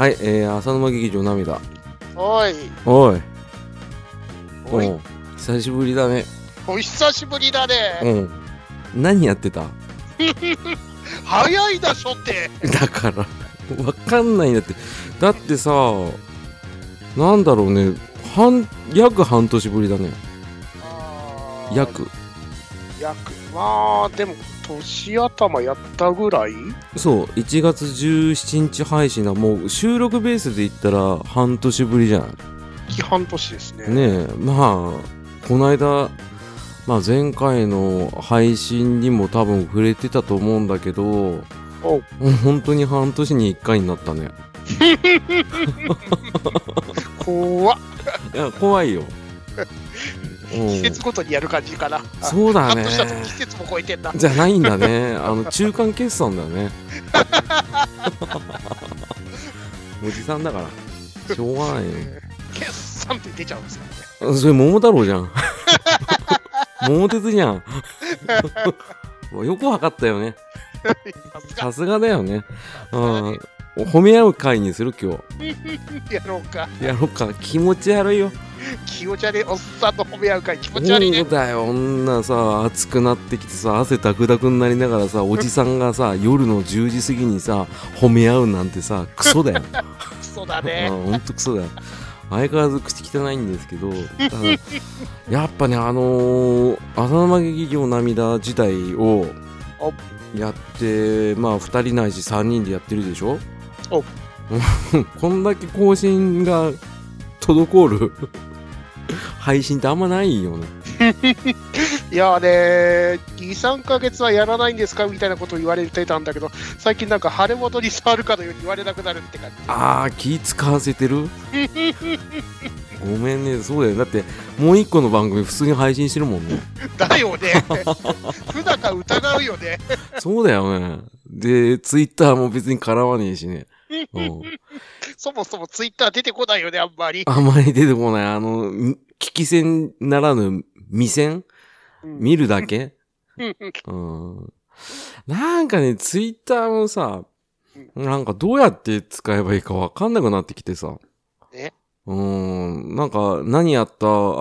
はい、浅沼劇場涙。 おい。 おい。 おい。 久しぶりだね。 お久しぶりだね。 何やってた？ 早いだしょって。 だから、わかんないんだって。だってさ、なんだろうね、約半年ぶりだね。約。まあ、でも、年頭やったぐらい？ そう、1月17日配信だ。もう収録ベースで言ったら半年ぶりじゃない？ 半年ですね。 ねえ、まあ、この間、前回の配信にも多分触れてたと思うんだけど、もう本当に半年に1回になったね。 怖っ。 いや、怖いよ。 季節ごとにやる感じかな。 そうだね。 半年だと季節も超えてんだ。 じゃないんだね。中間決算だよね。おじさんだから、しょうがないよ。 決算って出ちゃうんですからね。それ桃太郎じゃん。桃鉄じゃん。もうよくわかったよね。さすがだよね。褒め合う会にする今日。やろうか。 気持ち悪いよ。 気持ち悪い。おっさんと褒め合う会気持ち悪いね。 そうだよ。女さ、暑くなってきてさ、汗ダクダクになりながらさ、おじさんがさ、夜の10時過ぎにさ、褒め合うなんてさ、クソだよ。 クソだね。 ほんとクソだよ。相変わらず口汚いんですけど、ただやっぱね、浅沼劇場涙自体をやって、2人ないし3人でやってるでしょ。こんだけ更新が滞る配信ってあんまないよね。 いやね、2、3ヶ月はやらないんですかみたいなことを言われてたんだけど、最近なんか腫れ元に触るかのように言われなくなるって感じ。 気使わせてるごめんね。そうだよ。だってもう一個の番組普通に配信してるもんね。 だよね。不仲疑うよね。 そうだよね。で、ツイッターも別に絡まねえしね。 そもそもツイッター出てこないよね、あんまり。 あんまり出てこない。聞き戦ならぬ見戦、見るだけなんかね、ツイッターもさ、なんかどうやって使えばいいかわかんなくなってきてさ。なんか何やった、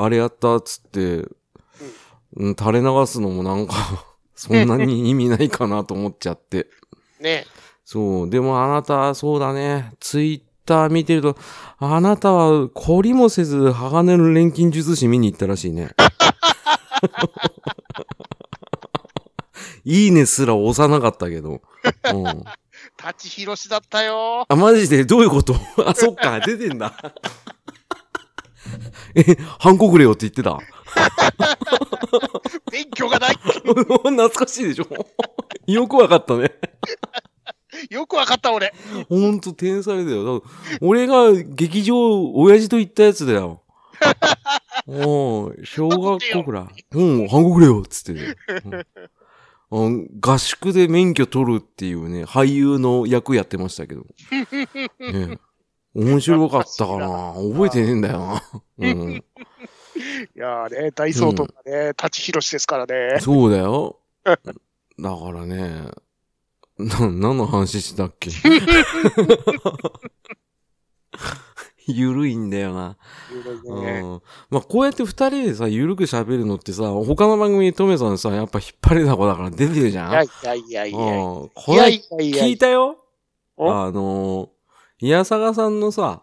あれやったつって、垂れ流すのもなんか、そんなに意味ないかなと思っちゃって。 ね。 そう。でもあなた、そうだね。ツイッター見てると、あなたは懲りもせず鋼の錬金術師見に行ったらしいね。いいねすら押さなかったけど。 舘ひろしだったよ。 マジでどういうこと？そっか、出てんだ。ハンコくれよって言ってた。 勉強がない。 懐かしいでしょ。よくわかったね。 よくわかった俺。 ほんと天才だよ。俺が劇場親父と行ったやつだよ。小学校くらい。ハンコくれよっつって、合宿で免許取るっていうね、俳優の役やってましたけど。ね、面白かったかな。覚えてねえんだよな。 いやーね、大相当がね、舘ひろしですからね。 そうだよ。だからね、何の話したっけ？ゆるいんだよな。こうやって二人でさ、ゆるく喋るのってさ、他の番組にトメさんさ、やっぱ引っ張りだこだから出てるじゃん。 いや。 これ、聞いたよ。いやさがさんのさ、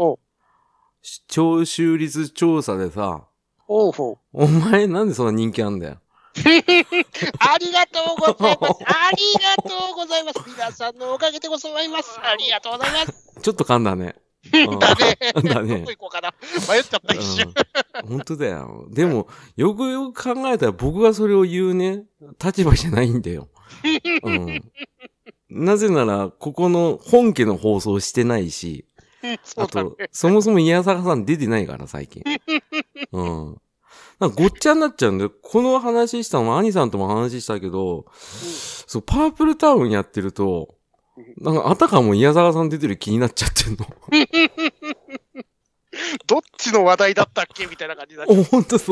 聴取率調査でさ、お前なんでそんな人気あんだよ。 ありがとうございます。ありがとうございます。皆さんのおかげでございます。ありがとうございます。 ちょっと噛んだね。 だね。どこ行こうかな。迷っちゃった一瞬。 本当だよ。でも、よくよく考えたら僕がそれを言うね、立場じゃないんだよ。なぜなら、ここの本家の放送してないし、あと、そもそも宮坂さん出てないから、最近。なんかごっちゃになっちゃうんだよ。この話したのも、兄さんとも話したけど、そう、パープルタウンやってると、なんかあたかも宮沢さん出てる気になっちゃってんの。 どっちの話題だったっけみたいな感じになっちゃう。 ほんとそう。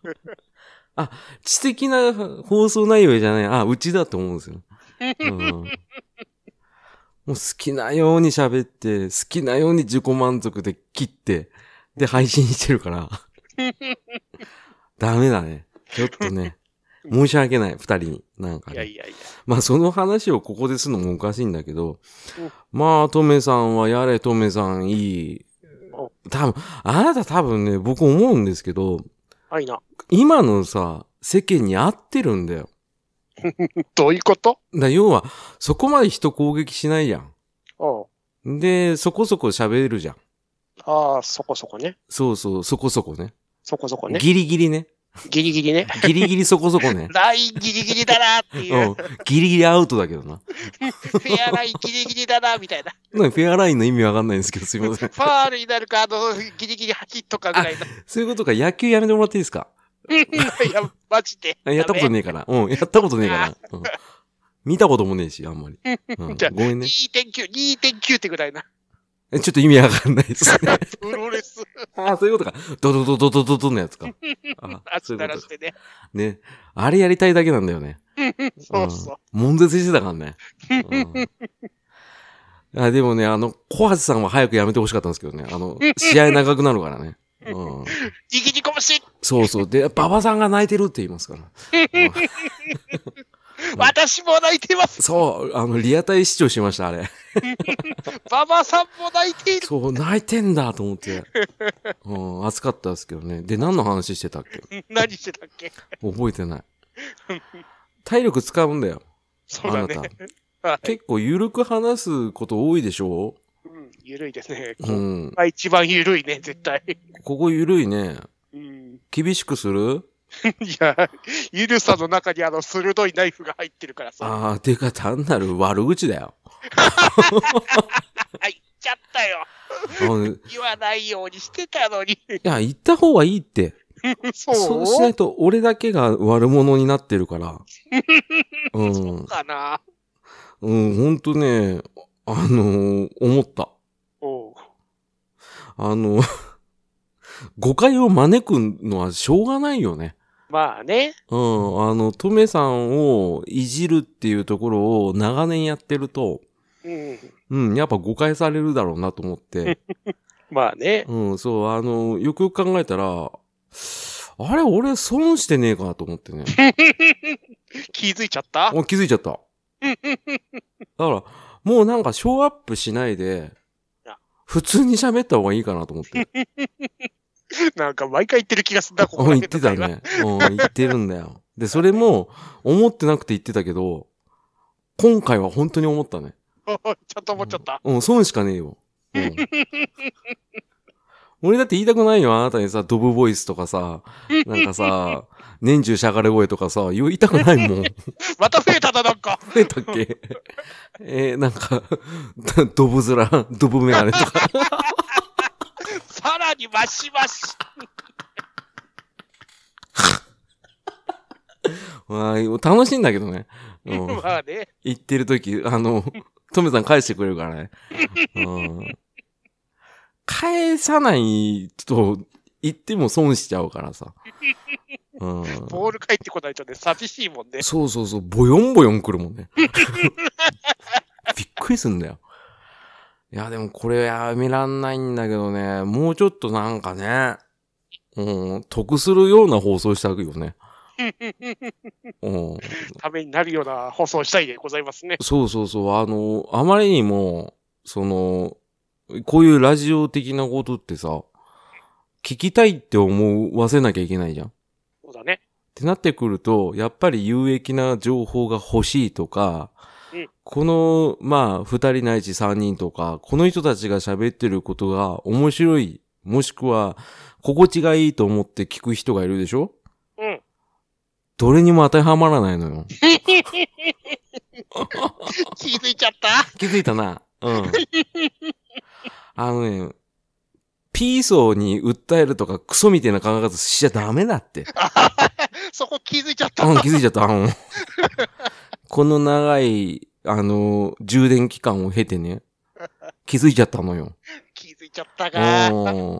知的な放送内容じゃない。うちだと思うんですよ。 もう好きなように喋って、好きなように自己満足で切って、で配信してるから。ダメだね。ちょっとね。申し訳ない、二人に。なんかね。 いや。 まあその話をここでするのもおかしいんだけど、まあトメさんはやれトメさんいい。多分、あなた多分ね、僕思うんですけど、 はいな。 今のさ、世間に合ってるんだよ。 どういうこと？ 要は、そこまで人攻撃しないやん。 おう。 で、そこそこ喋るじゃん。 ああ、そこそこね。 そうそう、そこそこね。 そこそこね。 ギリギリね。 ギリギリね。 ギリギリそこそこね。 ラインギリギリだなっていう。 うん。ギリギリアウトだけどな。 フェアラインギリギリだなみたいな。 フェアラインの意味わかんないんですけど、すいません。 ファールになるか、ギリギリ8とかぐらいの。 そういうことか、野球やめてもらっていいですか？ いや、マジで。 やったことねえから。うん、やったことねえから。うん、見たこともねえし、あんまり。うん、 じゃあ、 ごめんね。 2.9 ってぐらいな。 ちょっと意味わかんないですね。 プロレス。 ああ、そういうことか。ドドドドドドドのやつか。 足鳴らしてね。 ね。あれやりたいだけなんだよね。 そうそう。 悶絶してたからね。でもね、小橋さんは早くやめてほしかったんですけどね。試合長くなるからね。 握り拳。 そうそう。で、馬場さんが泣いてるって言いますから。 私も泣いてます。 そう、リアタイ視聴しました、あれ。 馬場さんも泣いている。 そう、泣いてんだと思って。熱かったですけどね。で、何の話してたっけ？ 何してたっけ？ 覚えてない。体力使うんだよ。 そうだね。 あなた。結構緩く話すこと多いでしょ？ うん、緩いですね。 うん。 一番緩いね、絶対。 ここ緩いね。 うん。 厳しくする？ いや、ゆるさの中に鋭いナイフが入ってるからさ。 ああ、てか単なる悪口だよ。 言っちゃったよ。言わないようにしてたのに。いや、言った方がいいって。 そうしないと俺だけが悪者になってるから。 そうかな。 うん、ほんとね、思った。誤解を招くのはしょうがないよね。 まあね。 トメさんをいじるっていうところを長年やってると、やっぱ誤解されるだろうなと思って。 まあね。 そう、よくよく考えたら、あれ、俺損してねえかと思ってね。 気づいちゃった？ 気づいちゃった。だから、もうなんかショーアップしないで、普通に喋った方がいいかなと思って。 なんか毎回言ってる気がするんだ、ここ言ってたね。言ってるんだよ。で、それも、思ってなくて言ってたけど、今回は本当に思ったね。 ちょっと思っちゃった。 損しかねえよ。俺だって言いたくないよ、あなたにさ、ドブボイスとかさ、なんかさ、年中しゃがれ声とかさ、言いたくないもん。 また増えたな、なんか。 増えたっけ？なんか、ドブ面、ドブメガネとか。 さらにマシマシ。 まあ、楽しいんだけどね。 まあね。 言ってるとき、トメさん返してくれるからね。返さないと言っても損しちゃうからさ。 ボール返ってこないとね、寂しいもんね。 そうそうそう、ボヨンボヨン来るもんね。びっくりすんだよ。いや、でもこれやめらんないんだけどね、もうちょっとなんかね、得するような放送したくよね。 ためになるような放送したいでございますね。 そうそうそう、あまりにも、こういうラジオ的なことってさ、聞きたいって思わせなきゃいけないじゃん。 そうだね。 ってなってくると、やっぱり有益な情報が欲しいとか、この、まあ、2人ないし3人とか、この人たちが喋ってることが面白い、もしくは、心地がいいと思って聞く人がいるでしょ？どれにも当てはまらないのよ。 気づいちゃった？ 気づいたな。ピーソーに訴えるとかクソみたいな考え方しちゃダメだって。 そこ気づいちゃった。 気づいちゃった。この長い、充電期間を経てね、気づいちゃったのよ。 気づいちゃったか。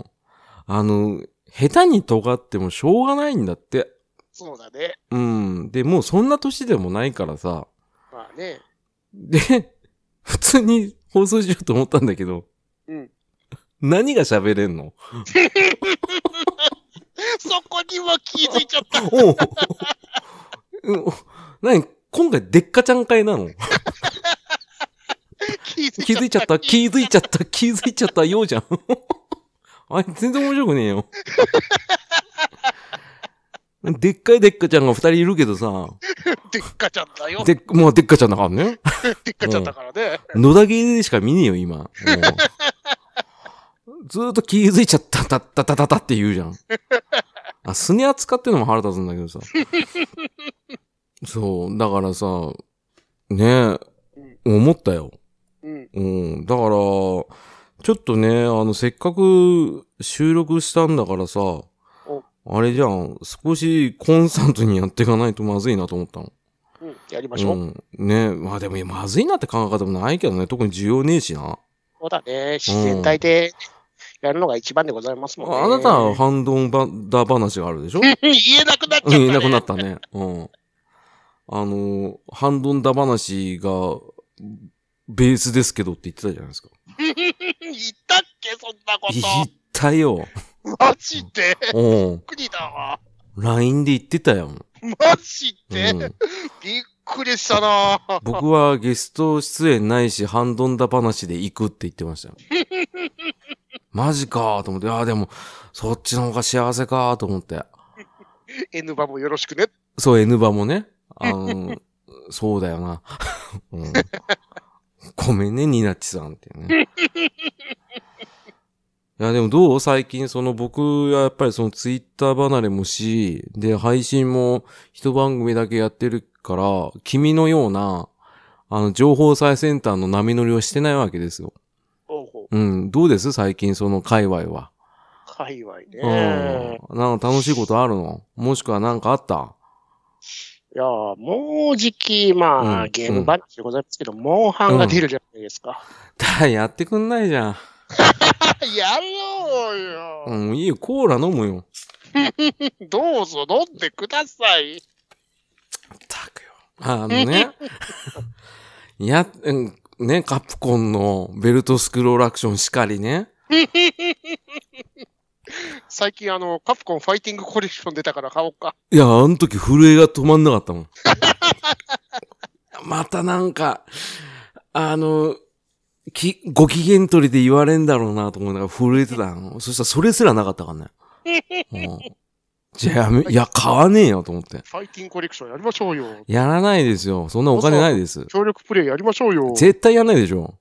下手に尖ってもしょうがないんだって。 そうだね。 で、もうそんな年でもないからさ。 まあね。 で、普通に放送しようと思ったんだけど、 うん。 何が喋れんの？ そこにも気づいちゃった。 おう何今回でっかちゃん会なの？気づいちゃったようじゃん。あれ全然面白くねえよ。でっかちゃんが2人いるけどさ。 でっかちゃんだよ。 もうでっかちゃんだからね。 でっかちゃんだからね。 野田ゲーでしか見ねえよ、今。ずーっと気づいちゃった、たって言うじゃん。あ、スネア使ってんのも腹立つんだけどさ。そう、だからさ、ねえ、思ったよ。うん。だから、ちょっとね、せっかく収録したんだからさ、あれじゃん、少しコンスタントにやっていかないとまずいなと思ったの。 やりましょう。 ね、まあでもまずいなって考え方もないけどね、特に需要ねえしな。 そうだね、自然体でやるのが一番でございますもんね。 あなたはハンドンダ話があるでしょ？ 言えなくなっちゃったね。 言えなくなったね。ハンドンダ話がベースですけどって言ってたじゃないですか。 言ったっけそんなこと。 言ったよ。 マジで？びっくりだわ。 LINE で言ってたよ。 マジで、びっくりしたな。 僕はゲスト出演ないし、ハンドンダ話で行くって言ってましたよ。マジかーと思って、でも、そっちの方が幸せかーと思って。 N バもよろしくね。 そう、N バもね。そうだよな。ごめんね、ニナッチさんってね。いや、でもどう？最近、僕はやっぱりツイッター離れもし、で、配信も一番組だけやってるから、君のような、情報最先端の波乗りをしてないわけですよ。どうです最近界隈は。 界隈ね。 なんか楽しいことあるの？もしくはなんかあった？ いやもうじき、ゲームバッチでございますけど、モンハンが出るじゃないですか。 やってくんないじゃん。 やろうよ。 いいよ、コーラ飲むよ。 どうぞ飲んでください。 たくよ。ね、カプコンのベルトスクロールアクションしかりね。 最近カプコンファイティングコレクション出たから買おうか。 いや、あの時震えが止まんなかったもん。またなんか、ご機嫌取りで言われんだろうなと思いながら震えてたの。そしたらそれすらなかったからね。じゃあ買わねえよと思って。 ファイティングコレクションやりましょうよ。 やらないですよ。そんなお金ないです。 協力プレイやりましょうよ。 絶対やんないでしょ。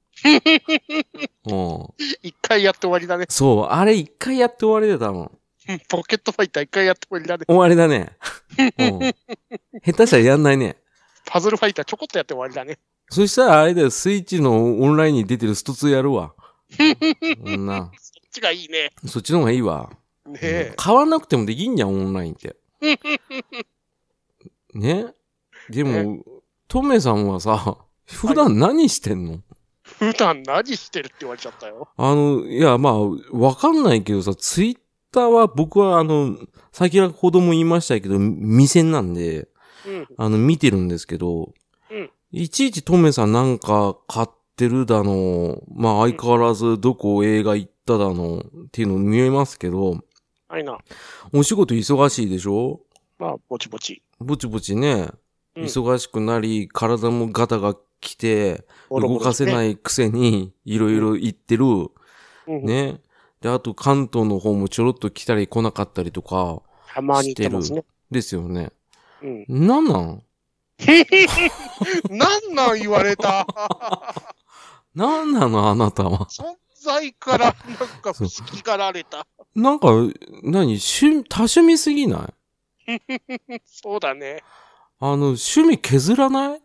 一回やって終わりだね。 そう、あれ一回やって終わりだよ、多分。 ポケットファイター一回やって終わりだね。 終わりだね。下手したらやんないね。 パズルファイターちょこっとやって終わりだね。 そしたらあれだよ、スイッチのオンラインに出てるスト2やるわ。そっちがいいね。 そっちの方がいいわ。 ねえ。 買わなくてもできんじゃん、オンラインって。ね。でも、トメさんはさ、普段何してんの？ 普段何してるって言われちゃったよ。 いや、わかんないけどさ、ツイッターは僕は先ほども言いましたけど、未線なんで、見てるんですけど、いちいちトメさんなんか買ってるだの、相変わらずどこ映画行っただのっていうの見えますけど、 はいな。 お仕事忙しいでしょ？ ぼちぼち。 ぼちぼちね、忙しくなり、体もガタが来て、動かせないくせに、いろいろ言ってる。ね。で、あと関東の方もちょろっと来たり来なかったりとか、 たまに言ってますね。 ですよね。なんなんなん言われたなんなのあなたは。 存在からなんか好きがられた。 なんか、多趣味すぎないそうだね。 趣味削らない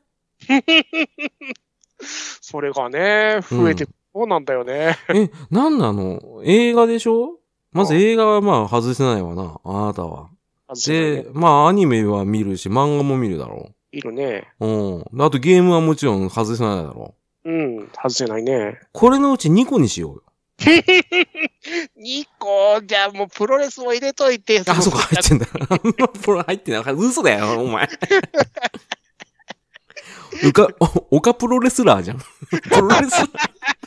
それがね、増えてそうなんだよね。 なんなの？映画でしょ？まず映画は外せないわな、あなたは。で、アニメは見るし、漫画も見るだろう。 いるね。 あとゲームはもちろん外せないだろう。外せないね。 これのうち2個にしようよ。 2個じゃあもうプロレスも入れといて。 あ、そうか、入ってんだ。プロ入ってない。嘘だよ、お前。オカプロレスラーじゃん。プロレスラー。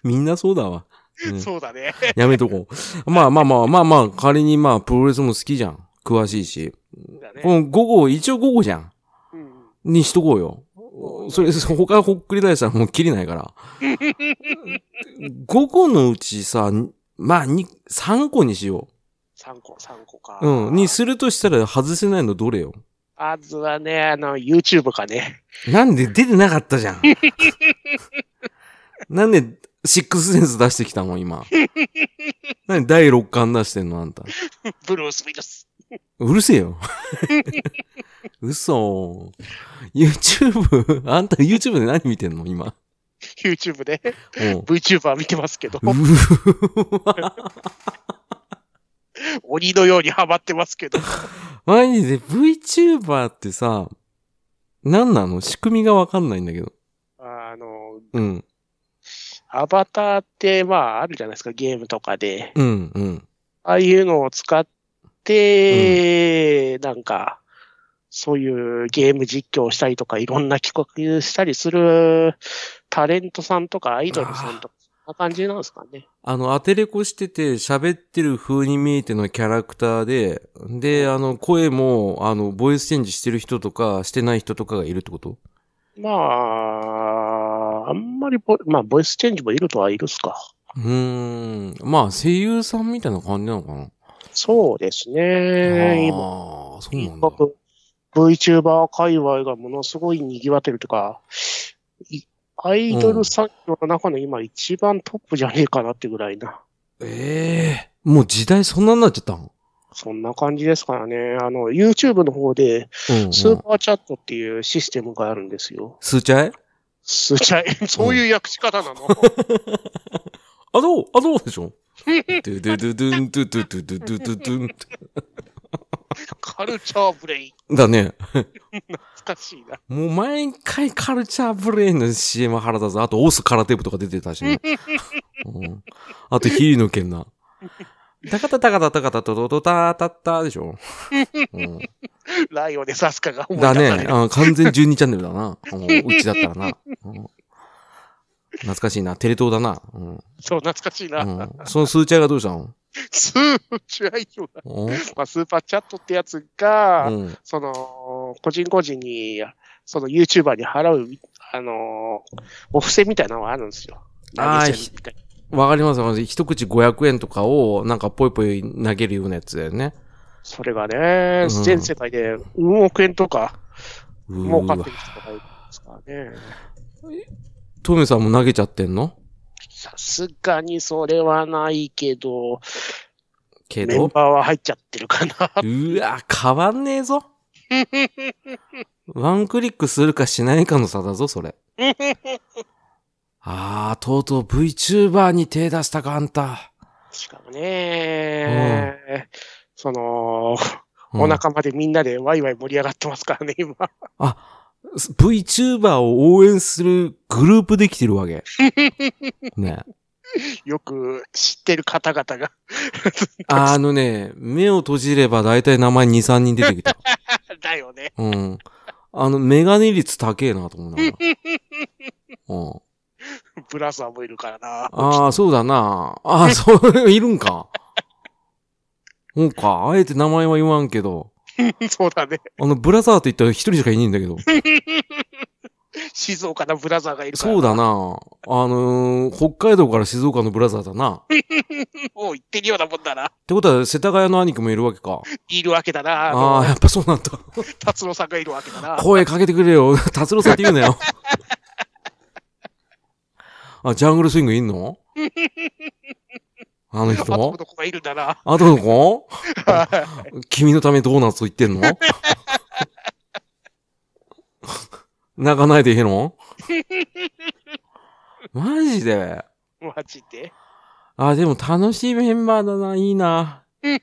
みんなそうだわ。 そうだね。 やめとこう。まあ、仮にプロレスも好きじゃん。詳しいし。 だね。 この午後、一応午後じゃん。にしとこうよ。それ、他ほっくり返したらもう切りないから。午後のうちさ、3個にしよう。3個か。 にするとしたら外せないのどれよ。 まずはね、YouTube かね。 なんで出てなかったじゃん。なんで、シックスセンス出してきたの今。なんで第6巻出してんのあんた。 ブルース・ウィルス。 うるせえよ。嘘。YouTube? あんた YouTube で何見てんの今。 YouTube で VTuber 見てますけど。鬼のようにハマってますけど。 マジで VTuber ってさ、何なの？仕組みがわかんないんだけど。 アバターって、あるじゃないですか、ゲームとかで。ああいうのを使って、そういうゲーム実況をしたりとか、いろんな企画したりするタレントさんとかアイドルさんとか、そんな感じなんですかね。 アテレコしてて喋ってる風に見えてのキャラクターで、声も、ボイスチェンジしてる人とか、してない人とかがいるってこと？ あんまりボイスチェンジもいるとはいるっすか。 声優さんみたいな感じなのかな？ そうですね。 今、そうなんだ。 VTuber 界隈がものすごい賑わってるとか、アイドル産業の中の今一番トップじゃねえかなってぐらいな。 もう時代そんなになっちゃったん？ そんな感じですからね。YouTube の方で、スーパーチャットっていうシステムがあるんですよ。 スーチャイ？ スーチャイそういう訳し方なの？ どうでしょドゥドゥドゥドゥンドゥドゥドゥドゥドゥドゥドゥンカルチャーブレイン。 だね。 懐かしいな。 もう毎回カルチャーブレインの CM 腹立つ。あと、オス空手部とか出てたしね。あと、ヒリの剣な。タカタタカタタカタトトトタタッタでしょ。 ライオネサスカが思いだ出される。 ね。完全12チャンネルだな。うちだったらな。懐かしいな。テレ東だな。 そう、懐かしいな。 そのスーチャーがどうしたの？ スーチャイよな。スーパーチャットってやつが、個人個人に、YouTuber に払う、お布施みたいなのがあるんですよ。 わかります。一口500円とかを、ぽいぽい投げるようなやつだよね。 それがね、全世界で運億円とか、儲かってる人がいるんですからね。 トメさんも投げちゃってんの？ さすがにそれはないけど、メンバーは入っちゃってるかな。 うわ、変わんねえぞ。ワンクリックするかしないかの差だぞ、それ。とうとう VTuber に手出したか、あんた。 しかもね、お仲間でみんなでワイワイ盛り上がってますからね、今。 VTuber を応援するグループできてるわけ。ね。 よく知ってる方々が。 目を閉じればだいたい名前2、3人出てきた。 だよね。 メガネ率高えなと思うな。 ブラザーもいるからな。 そうだな。そういるんか。そうか。あえて名前は言わんけど。 そうだね。 ブラザーって言ったら一人しかいないんだけど。 静岡のブラザーがいるから。 そうだな。北海道から静岡のブラザーだな。 もう言ってるようなもんだな。 ってことは、世田谷の兄貴もいるわけか。 いるわけだな。 やっぱそうなんだ。 達郎さんがいるわけだな。 声かけてくれよ。達郎さんって言うなよ。ジャングルスイングいんの？あの人？ あとの子がいるんだな。 あとの子？君のためにドーナツを言ってんの？泣かないでいいの？マジで？ マジで？ でも楽しいメンバーだな、いいな。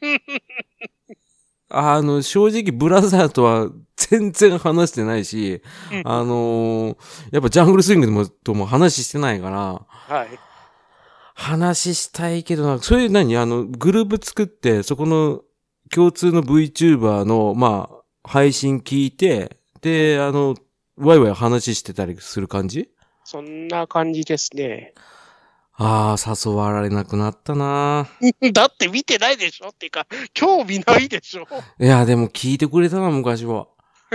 正直ブラザーとは全然話してないし、やっぱジャングルスイングとも話してないから、 はい。 話したいけどな、そういうグループ作って、そこの共通の VTuber の、配信聞いて、で、ワイワイ話してたりする感じ？ そんな感じですね。 ああ、誘われなくなったな。 だって見てないでしょっていうか、興味ないでしょ。 いや、でも聞いてくれたな、昔は。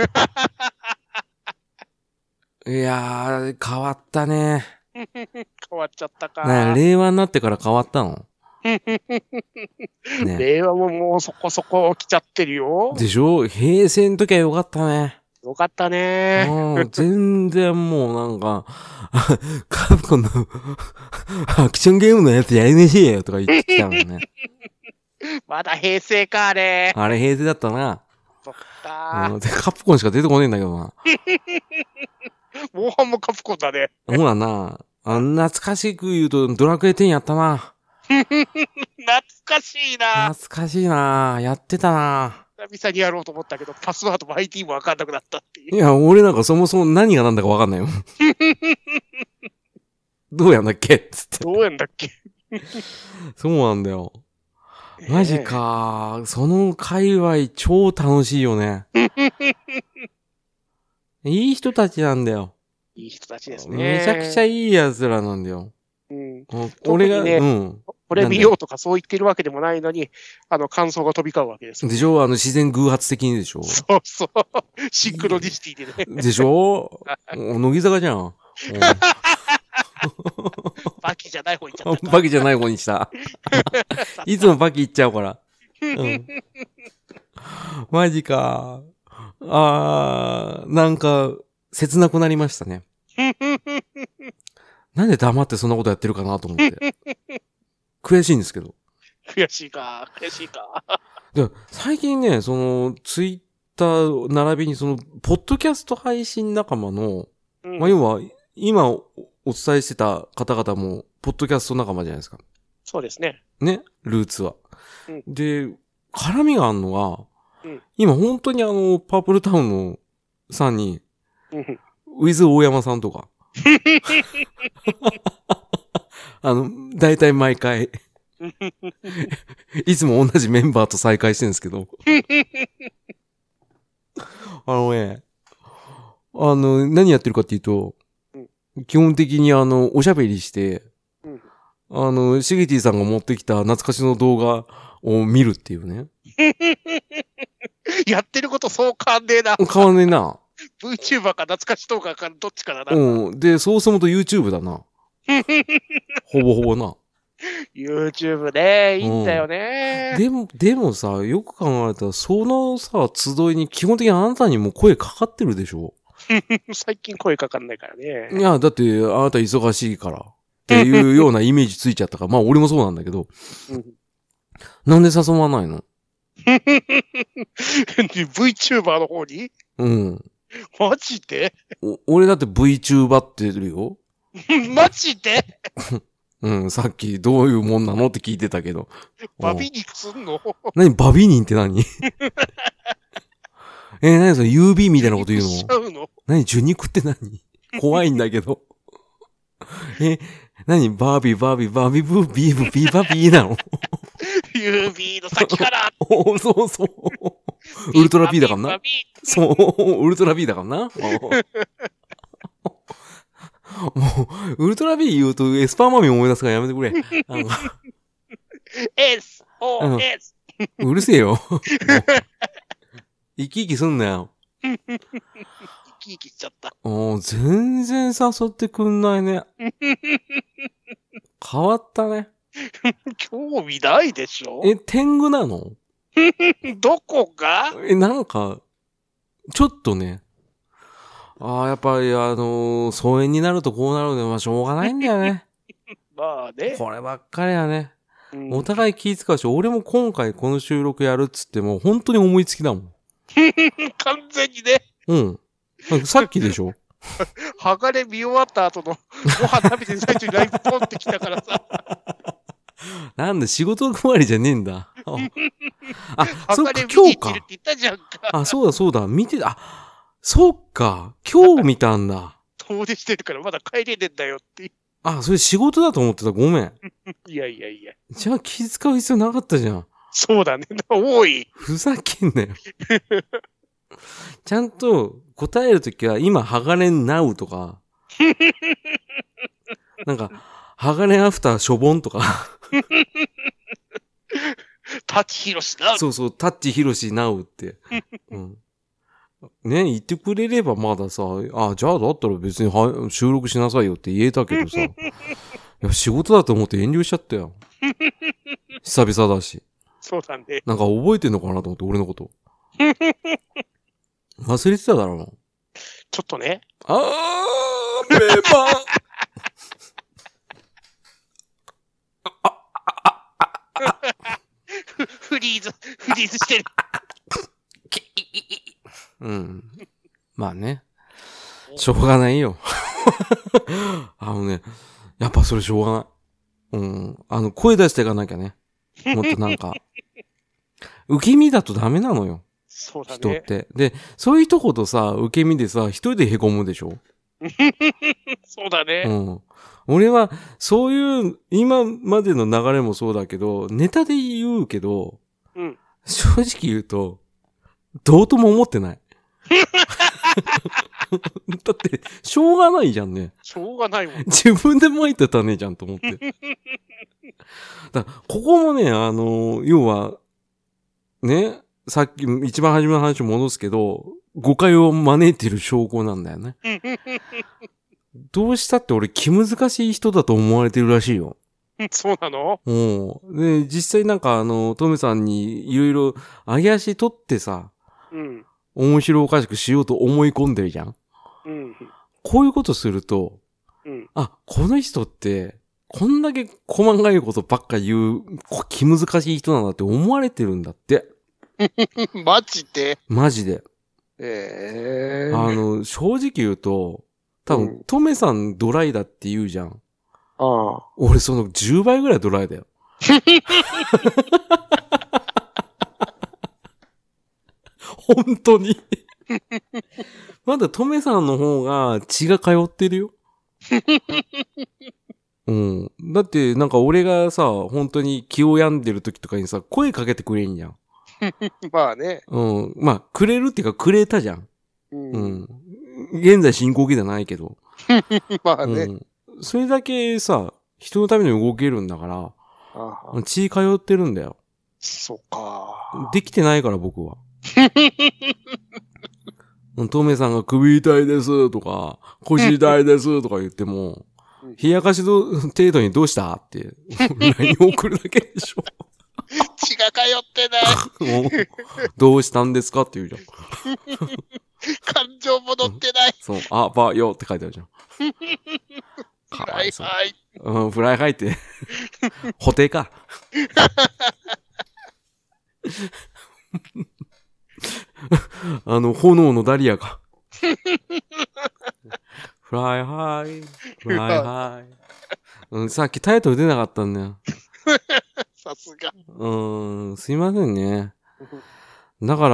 いやー、変わったね。 変わっちゃったか。 ね、令和になってから変わったのね、 令和ももうそこそこ来ちゃってるよ。 でしょ？平成の時はよかったね。 よかったね。 全然もうなんか、カプコンのアクションゲームのやつやりねえよとか言ってきたもんね。 まだ平成か、あれ。 あれ平成だったな。 そっか。 カプコンしか出てこねえんだけどな。 モンハンもカプコンだね。 そうだな。懐かしく言うとドラクエ10やったな。 懐かしいな。 懐かしいな。やってたな。 久々にやろうと思ったけど、パスワードも ID もわかんなくなったっていう。 いや、俺なんかそもそも何が何だかわかんないよ。どうやんだっけつって。 どうやんだっけそうなんだよ。マジか。その界隈超楽しいよね。いい人たちなんだよ。 いい人たちですね。 めちゃくちゃいい奴らなんだよ。 うん、 俺が、ね、 これ見ようとかそう言ってるわけでもないのに、感想が飛び交うわけですよ、ね。 でしょ？自然偶発的にでしょ？ そうそう。シンクロニシティでね。 でしょ？乃木坂じゃん。 バキじゃない方に行っちゃった。 バキじゃない方にした。いつもバキ行っちゃうから。マジか。なんか、切なくなりましたね。なんで黙ってそんなことやってるかなと思って。悔しいんですけど。 悔しいか。 で最近ね、ツイッター並びにポッドキャスト配信仲間の、まあ、要は、今お伝えしてた方々も、ポッドキャスト仲間じゃないですか。 そうですね。 ね、ルーツは。で、絡みがあるのが、今本当にパープルタウンのさんに、ウィズ大山さんとか、だいたい毎回、いつも同じメンバーと再会してるんですけど、何やってるかっていうと、基本的におしゃべりして、シゲティさんが持ってきた懐かしの動画を見るっていうね。 やってることそう変わんねえな。 変わんねえな。 VTuber か懐かし動画かどっちかだな。 で、そうすると YouTube だな。ほぼほぼな。 YouTube ね、いいんだよね、 でもさ、よく考えたら、そのさ、集いに基本的にあなたにも声かかってるでしょ最近声かかんないからね。 いや、だって、あなた忙しいから。っていうようなイメージついちゃったから。まあ、俺もそうなんだけど。なんで誘わないの ?VTuber の方にマジで俺だって VTuber ってるよ。 マジでさっきどういうもんなのって聞いてたけど。 バビニすんのバビニンって何何それ UB みたいなこと言うの何受肉って何怖いんだけど。何バービーブービービーバビーなの UB の先からそうそう。ウルトラ B だからな。そう、ウルトラ B だからな。もう、ウルトラ B 言うとエスパーマミ思い出すからやめてくれ。 SOS! うるせえよ。生き生きすんなよ。 生き生きしちゃった。 全然誘ってくんないね。変わったね。 興味ないでしょ天狗なのどこがなんか、ちょっとね。やっぱり疎遠になるとこうなるので、まあしょうがないんだよね。 まあね。 こればっかりはね。お互い気遣うし、俺も今回この収録やるっつっても、本当に思いつきだもん。 完全にね。 さっきでしょ鋼見終わった後のご飯食べてる最中にライブポンってきたからさ。 なんで仕事終わりじゃねえんだ。 そうか、今日か。 そうだ、見て、そっか、今日見たんだ。 遠出してるからまだ帰れねえんだよって。 それ仕事だと思ってた。ごめん。 いや。 じゃあ気遣う必要なかったじゃん。 そうだね。多い。 ふざけんなよ。ちゃんと答えるときは、今、鋼なうとか、なんか、 鋼アフターしょぼんとか。 タッチヒロシナウ。 そうそう、タッチヒロシナウって。うん。ね、言ってくれればまださ、じゃあだったら別に収録しなさいよって言えたけどさ。いや、仕事だと思って遠慮しちゃったよ。久々だし。 そうだね。 なんか覚えてんのかなと思って、俺のこと。忘れてただろうな。 ちょっとね。 ペーパーフリーズしてる。 うん。まあね。しょうがないよ。やっぱそれしょうがない。うん。声出していかなきゃね。もっとなんか。受け身だとダメなのよ。 そうだね。 人って。で、そういう人ほどさ、受け身でさ、一人で凹むでしょ。 そうだね。 うん。俺は、そういう、今までの流れもそうだけど、ネタで言うけど、 うん。 正直言うと、どうとも思ってない。だって、しょうがないじゃんね。 しょうがないもん。 自分で巻いてたねじゃんと思って。だからここもね、要は、ね、さっき一番初めの話に戻すけど、誤解を招いてる証拠なんだよね。どうしたって俺気難しい人だと思われてるらしいよ。 そうなの？ で、実際なんかトメさんにいろいろ上げ足取ってさ、 うん。 面白おかしくしようと思い込んでるじゃん。 うん。 こういうことすると、 うん。 この人って、こんだけ細かいことばっか言う、気難しい人なんだって思われてるんだって。 マジで？ マジで。正直言うと、多分、トメさんドライだって言うじゃん。俺その10倍ぐらいドライだよ。本当に。まだトメさんの方が血が通ってるよ。うん。だってなんか俺がさ、本当に気を病んでる時とかにさ、声かけてくれんじゃん。 まあね。 うん。まあ、くれるっていうかくれたじゃん。うん。現在進行形じゃないけど。 まあね、 うん。それだけさ、人のために動けるんだから、血通ってるんだよ。 そうか。 できてないから僕は。トメさんが首痛いですとか、腰痛いですとか言っても、冷やかし程度にどうしたって、LINE 送るだけでしょ。 血が通ってない。 どうしたんですかって言うじゃん。 感情戻ってない。 そう、ばよって書いてあるじゃん。 フライハイ。 フライハイって、補定か。炎のダリアか。フライハイ、フライハイ。さっきタイトル出なかったんだよ。 さすが。 すいませんね。だから、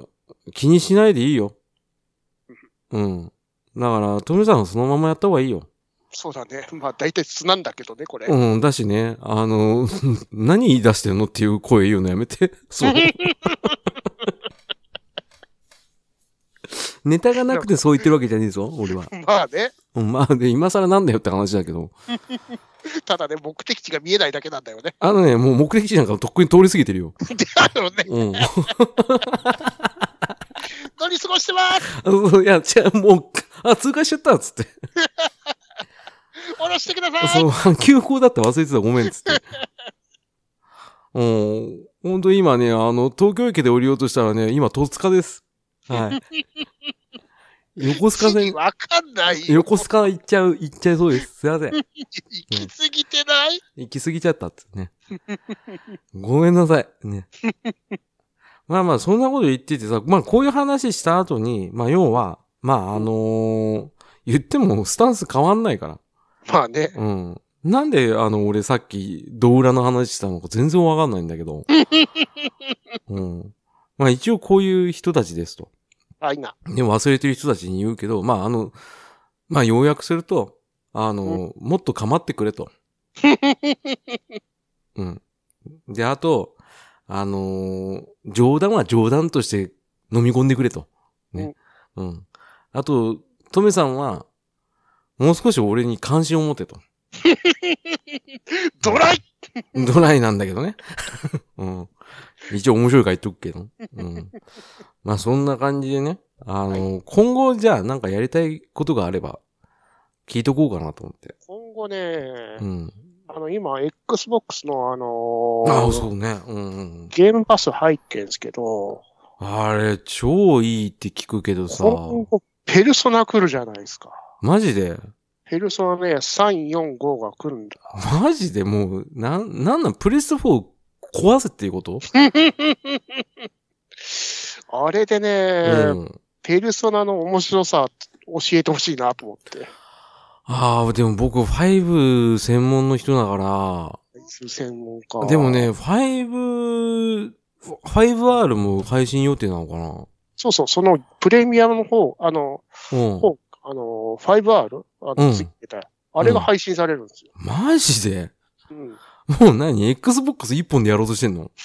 気にしないでいいよ。うん。だから、トメさんはそのままやった方がいいよ。 そうだね。まあ、大体素なんだけどね、これ。 うん、だしね、何言い出してんのっていう声言うのやめて。そう。ネタがなくてそう言ってるわけじゃねえぞ、俺は。 まあね。 まあ、で、今更なんだよって話だけど。 ただね、目的地が見えないだけなんだよね。 もう目的地なんかとっくに通り過ぎてるよ。 で、ね。うん。乗り過ごしてます。 いや、もう、通過しちゃったっつって。 下ろしてください。 そう、休校だって忘れてた、ごめんっつって。ほんと今ね、東京駅で降りようとしたらね、今、戸塚です。はい。横須賀線。 わかんないよ。 横須賀行っちゃいそうです。すいません。 行き過ぎてない？ 行き過ぎちゃったっつってね。ごめんなさい。ね。まあまあ、そんなこと言っててさ、まあこういう話した後に、まあ要は、まあ言ってもスタンス変わんないから。 まあね。 うん。なんで俺さっき、道裏の話したのか全然わかんないんだけど。うん。まあ一応こういう人たちですと。 いな。 でも忘れてる人たちに言うけど、まあまあ要約すると、もっと構ってくれと。うん。で、あと、冗談は冗談として飲み込んでくれと。ね。うん。あと、トメさんは、もう少し俺に関心を持てと。 ドライドライなんだけどね。うん。一応面白いから言っとくけど。うん。まあそんな感じでね。今後じゃあなんかやりたいことがあれば、聞いとこうかなと思って。 今後ね、 うん。 今、Xbox のそうね。うん。 ゲームパス入ってんすけど、 あれ、超いいって聞くけどさ。 今後、ペルソナ来るじゃないですか。 マジでペルソナね、3、4、5が来るんだ。 マジでもう、なんプレステ4壊せっていうことあれでね、ペルソナの面白さ教えてほしいなと思って。 でも僕5専門の人だから。 専門か。 でもね、5R も配信予定なのかな。 そうそう、そのプレミアムの方、5R? ついてた。あれが配信されるんですよ。 マジでもう何 ?Xbox 一本でやろうとしてんの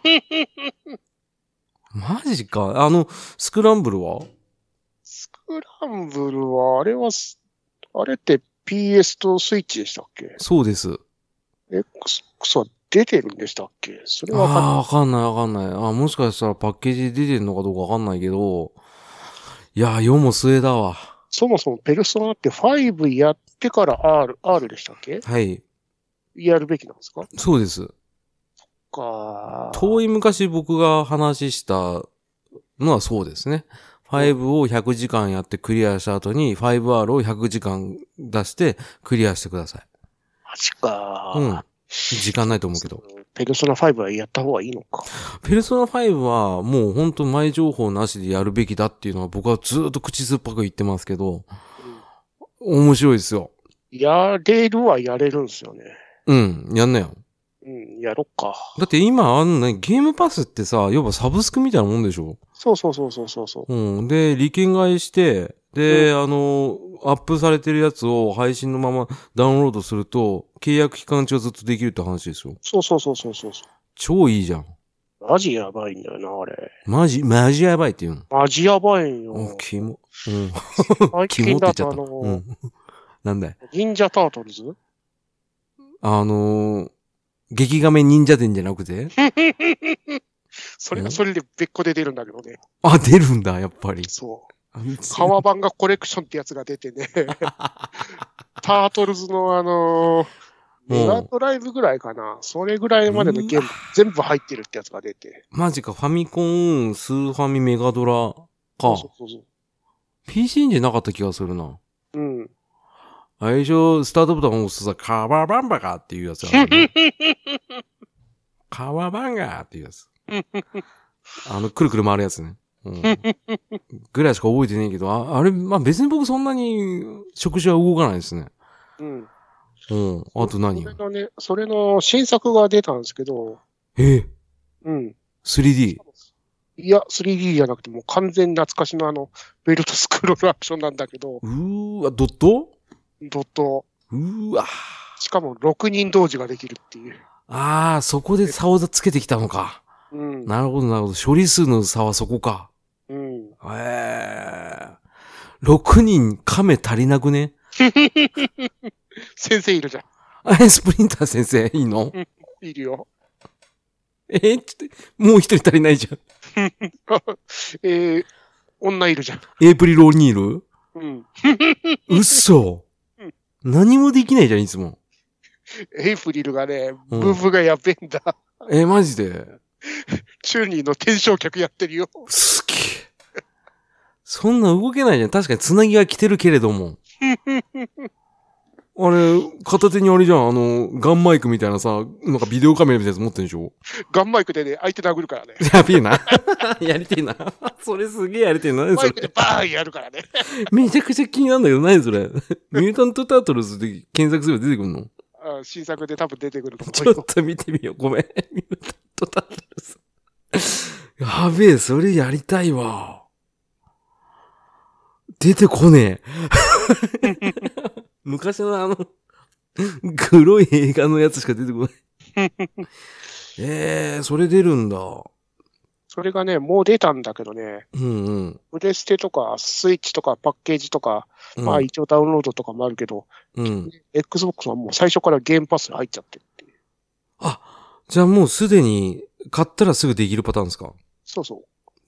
マジか。スクランブルはスクランブルは、あれって PS とスイッチでしたっけ？ そうです。 Xbox は出てるんでしたっけ？それはわかんない。もしかしたらパッケージで出てるのかどうかわかんないけど、いや、世も末だわ。 そもそもペルソナって5やってから R でしたっけ？ はい。 やるべきなんですか？ そうです。遠い昔僕が話したのはそうですね。5を100時間やってクリアした後に 5R を100時間出してクリアしてください。 マジか。 うん。時間ないと思うけど。 ペルソナ5はやった方がいいのか。 ペルソナ5はもう本当前情報なしでやるべきだっていうのは僕はずっと口酸っぱく言ってますけど、面白いですよ。 やれるはやれるんですよね。 うん、やんなよ。 やろっか。 だって今ゲームパスってさ、要はサブスクみたいなもんでしょ？ そう。 うん。で、利権買いして、で、アップされてるやつを配信のままダウンロードすると、契約期間中ずっとできるって話ですよ。 そう。 超いいじゃん。 マジやばいんだよな、あれ。 マジやばいって言うの。 マジやばいんよ。 キモ。うん。 キモって言っちゃった。 なんだい。 忍者タートルズ？ 激画面忍者伝じゃなくてそれがそれで別個で出るんだけどね。 出るんだ、やっぱり。 そう。革版がコレクションってやつが出てね。タートルズのメガドライブぐらいかな。それぐらいまでのゲーム全部入ってるってやつが出て。 マジか、ファミコン、スーファミ、メガドラか。 そう。 PC じゃなかった気がするな。 うん。 最初、スタートボタンを押すとさ、カワバンバカっていうやつある、ね。カワバンガーっていうやつ。くるくる回るやつね。ぐらいしか覚えてねえけど、あれ、別に僕そんなに触手は動かないですね。あと何？ それの新作が出たんですけど。 3D？ いや、3D じゃなくてもう完全に懐かしのベルトスクロールアクションなんだけど。 ドット。 しかも6人同時ができるっていう。 そこで差をつけてきたのか。なるほど。処理数の差はそこか。6人亀足りなくね？ 先生いるじゃん。 スプリンター先生いいの？ いるよ。 もう一人足りないじゃん。 女いるじゃん。 エイプリル・オニール？嘘。何もできないじゃん、いつも。 エイプリルがね、ブーブがやべえんだ。 マジで？ チューニーの転生客やってるよ。 好き。そんな動けないじゃん。確かにつなぎは来てるけれども。あれ、片手にあれじゃん。ガンマイクみたいなさ、なんかビデオカメラみたいなやつ持ってんでしょ？ ガンマイクでね、相手殴るからね。 やべえな。やりてえな。それすげえやりてえな。 マイクでバーンやるからね。 めちゃくちゃ気になるんだけど、何それ。ミュータントタートルズで検索すれば出てくるの？ 新作で多分出てくると思う。 ちょっと見てみよう。ごめん。ミュータントタートルズ。やべえ、それやりたいわ。出てこねえ。昔の黒い映画のやつしか出てこない。それ出るんだ。 それがね、もう出たんだけどね、 うんうん。 プレステとか、スイッチとか、パッケージとか、まあ一応ダウンロードとかもあるけど、 うん。 Xbox はもう最初からゲームパスに入っちゃってるっていう。 あ、じゃあもうすでに買ったらすぐできるパターンですか？ そうそう。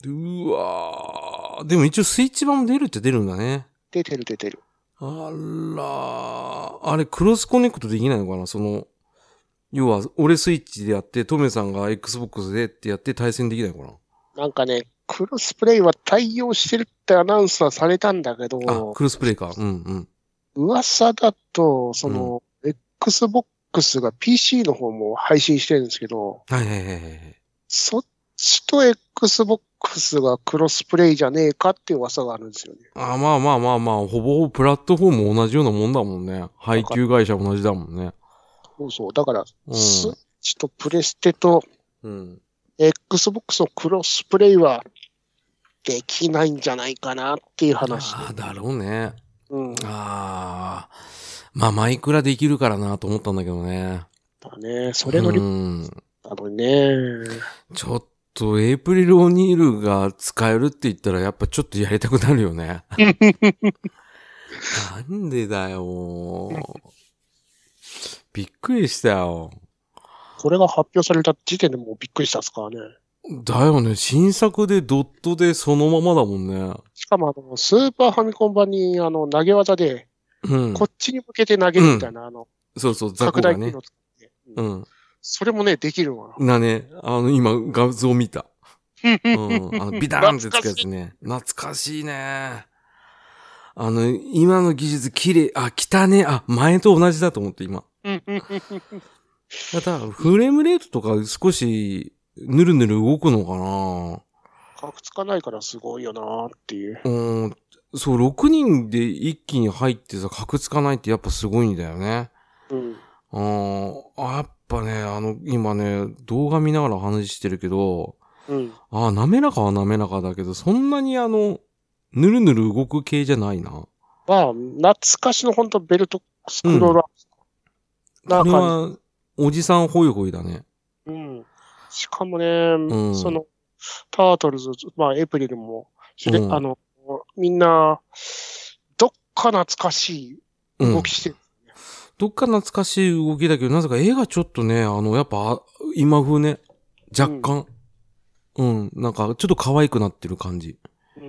うわー。でも一応スイッチ版も出るって出るんだね。 出てる。 あらー。あれ、クロスコネクトできないのかな？要は、俺スイッチでやって、トメさんが Xbox でってやって対戦できないのかな？ なんかね、クロスプレイは対応してるってアナウンスはされたんだけど、 あ、クロスプレイか。うんうん。 噂だと、Xbox が PC の方も配信してるんですけど、 はいはいはいはい。 そっちと Xbox がクロスプレイじゃねえかっていう噂があるんですよね。 あ、まあまあまあまあ、ほぼほぼプラットフォーム同じようなもんだもんね。配給会社同じだもんね。 そうそう。だから、 うん。 スイッチとプレステとうん。 Xbox のクロスプレイはできないんじゃないかなっていう話で。 ああ、だろうね。 うん。 ああ。まあ、マイクラできるからなと思ったんだけどね。 だね。それのリうんなのにね。 ちょっと、エイプリル・オニールが使えるって言ったら、やっぱちょっとやりたくなるよね。なんでだよ。びっくりしたよ。 これが発表された時点でもうびっくりしたっすからね。 だよね。新作でドットでそのままだもんね。 しかもスーパーファミコン版に投げ技で、 うん。 こっちに向けて投げるみたいな、 そうそう、ザコ拡大がね。 機能使って、 うん。 それもね、できるわ。 ね、今画像見た。うん。ビダーンってつくやつね。懐かしいね。今の技術綺麗、汚ね。前と同じだと思って今。ただ、フレームレートとか少し、ぬるぬる動くのかな？ カクつかないからすごいよなーっていう。 そう、6人で一気に入ってさ、カクつかないってやっぱすごいんだよね。 うん。 やっぱね、今ね、動画見ながら話してるけど、 うん。 滑らかは滑らかだけど、そんなにぬるぬる動く系じゃないな。 まあ、懐かしのほんとベルトスクローラー。 これは、おじさんホイホイだね。 うん。しかもね、タートルズ、まあ、エイプリルも、みんな、どっか懐かしい動きしてる。 どっか懐かしい動きだけど、なぜか絵がちょっとね、やっぱ、今風ね、若干。なんか、ちょっと可愛くなってる感じ。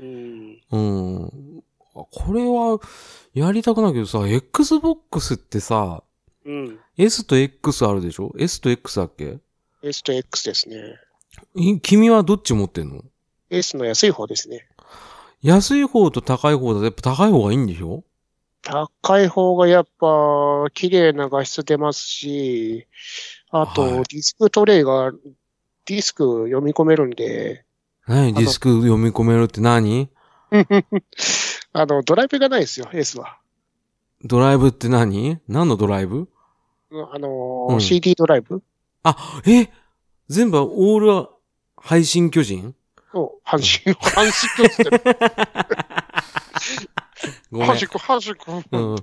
これは、やりたくないけどさ、Xbox ってさ、S と X あるでしょ？ S と X だっけ？ S と X ですね。 君はどっち持ってんの？ S の安い方ですね。 安い方と高い方だとやっぱ高い方がいいんでしょ？ 高い方がやっぱ綺麗な画質出ますし、あと、ディスクトレイがディスク読み込めるんで。 何？ディスク読み込めるって何？ ドライブがないですよ、S は。 ドライブって何のドライブ？ CD ドライブ？ 全部オール配信巨人？ 阪神巨人って。 ごめん。 阪神。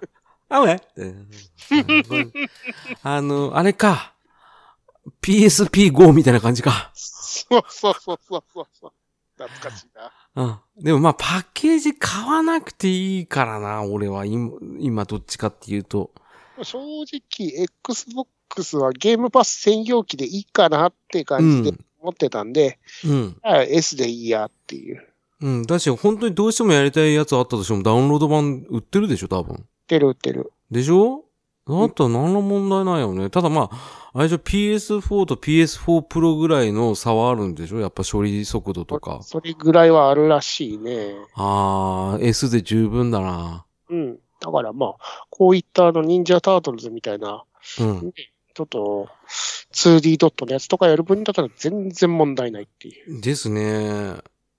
あれか。PSP-GO みたいな感じか。 そう。懐かしいな。 でもまあパッケージ買わなくていいからな、俺は今どっちかっていうと。 正直、Xbox はゲームパス専用機でいいかなって感じで思ってたんで、S でいいやっていう。 だし本当にどうしてもやりたいやつあったとしてもダウンロード版売ってるでしょ、多分。 売ってる。 でしょ？だったら何の問題ないよね。ただまあ、あれじゃ PS4 と PS4 Pro ぐらいの差はあるんでしょ？やっぱ処理速度とか。 それぐらいはあるらしいね。 S で十分だな。 だからまあ、こういった忍者タートルズみたいな、ちょっと 2D ドットのやつとかやる分だったら全然問題ないっていう。 ですね。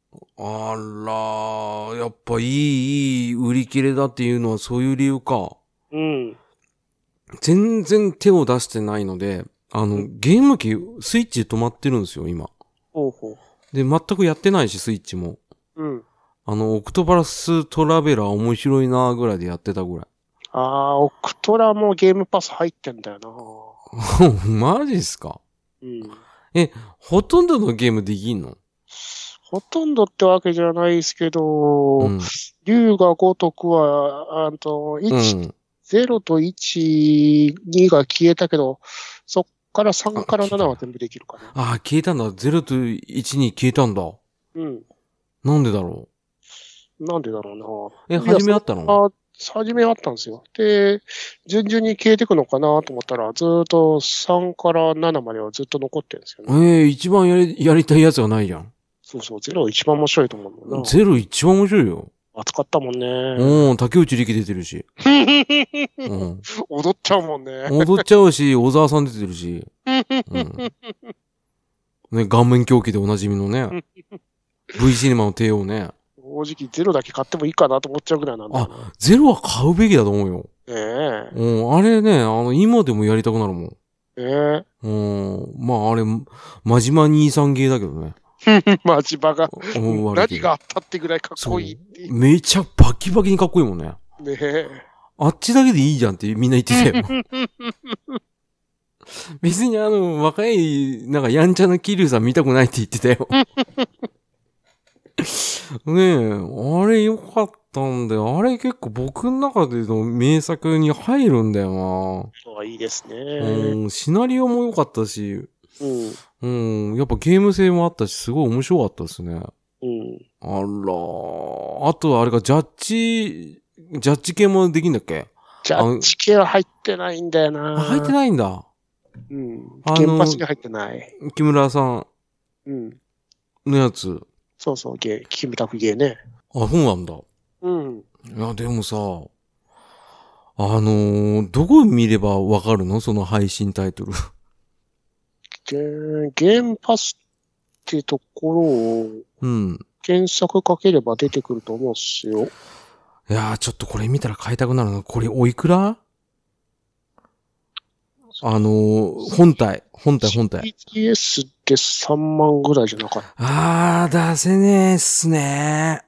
やっぱいい売り切れだっていうのはそういう理由か。全然手を出してないので、ゲーム機、スイッチで止まってるんですよ、今。で、全くやってないし、スイッチも。オクトパラストラベラー面白いなぐらいでやってたぐらい。 オクトラもゲームパス入ってんだよな。 マジっすか？ほとんどのゲームできんの？ ほとんどってわけじゃないですけど、竜が如くは、1、0と1、2が消えたけど、そっから3から7は全部できるかな。 ああ、消えたんだ。0と1に消えたんだ。 うん。 なんでだろうな。 初めあったの？ 初めあったんですよ。で、順々に消えていくのかなと思ったら、ずっと3から7まではずっと残ってるんですよね。 一番やりたいやつはないじゃん。 そうそう、ゼロ一番面白いと思うな。ゼロ一番面白いよ。 熱かったもんね。 竹内力出てるし。 踊っちゃうもんね。 踊っちゃうし、小沢さん出てるし。ね、顔面狂気でおなじみのね。V シネマの帝王ね。 正直ゼロだけ買ってもいいかなと思っちゃうぐらいなんだよ、ね。 ゼロは買うべきだと思うよ。あれね、今でもやりたくなるもん。まああれ、真島兄さん芸だけどね。 真島が、何があったってぐらいかっこいいっていう。 めちゃバキバキにかっこいいもんね。あっちだけでいいじゃんってみんな言ってたよ。別に若い、なんかやんちゃな桐生さん見たくないって言ってたよ。ねえ、あれ良かったんだよ。あれ結構僕の中での名作に入るんだよな。 そういいですね。 シナリオも良かったし、やっぱゲーム性もあったし、すごい面白かったですね。あら、あとあれがジャッジ系もできんだっけ？ ジャッジ系は入ってないんだよな。 入ってないんだ。 原発に入ってない。 木村さん。のやつ。 そうそう、キムタクゲーね。 そうなんだ。いや、でもさ、どこ見ればわかるの？その配信タイトル。 ゲームパスってところを、検索かければ出てくると思うんすよ。 いやー、ちょっとこれ見たら買いたくなるの。これおいくら？本体。 BTS って3万ぐらいじゃなかった。 出せねえっすね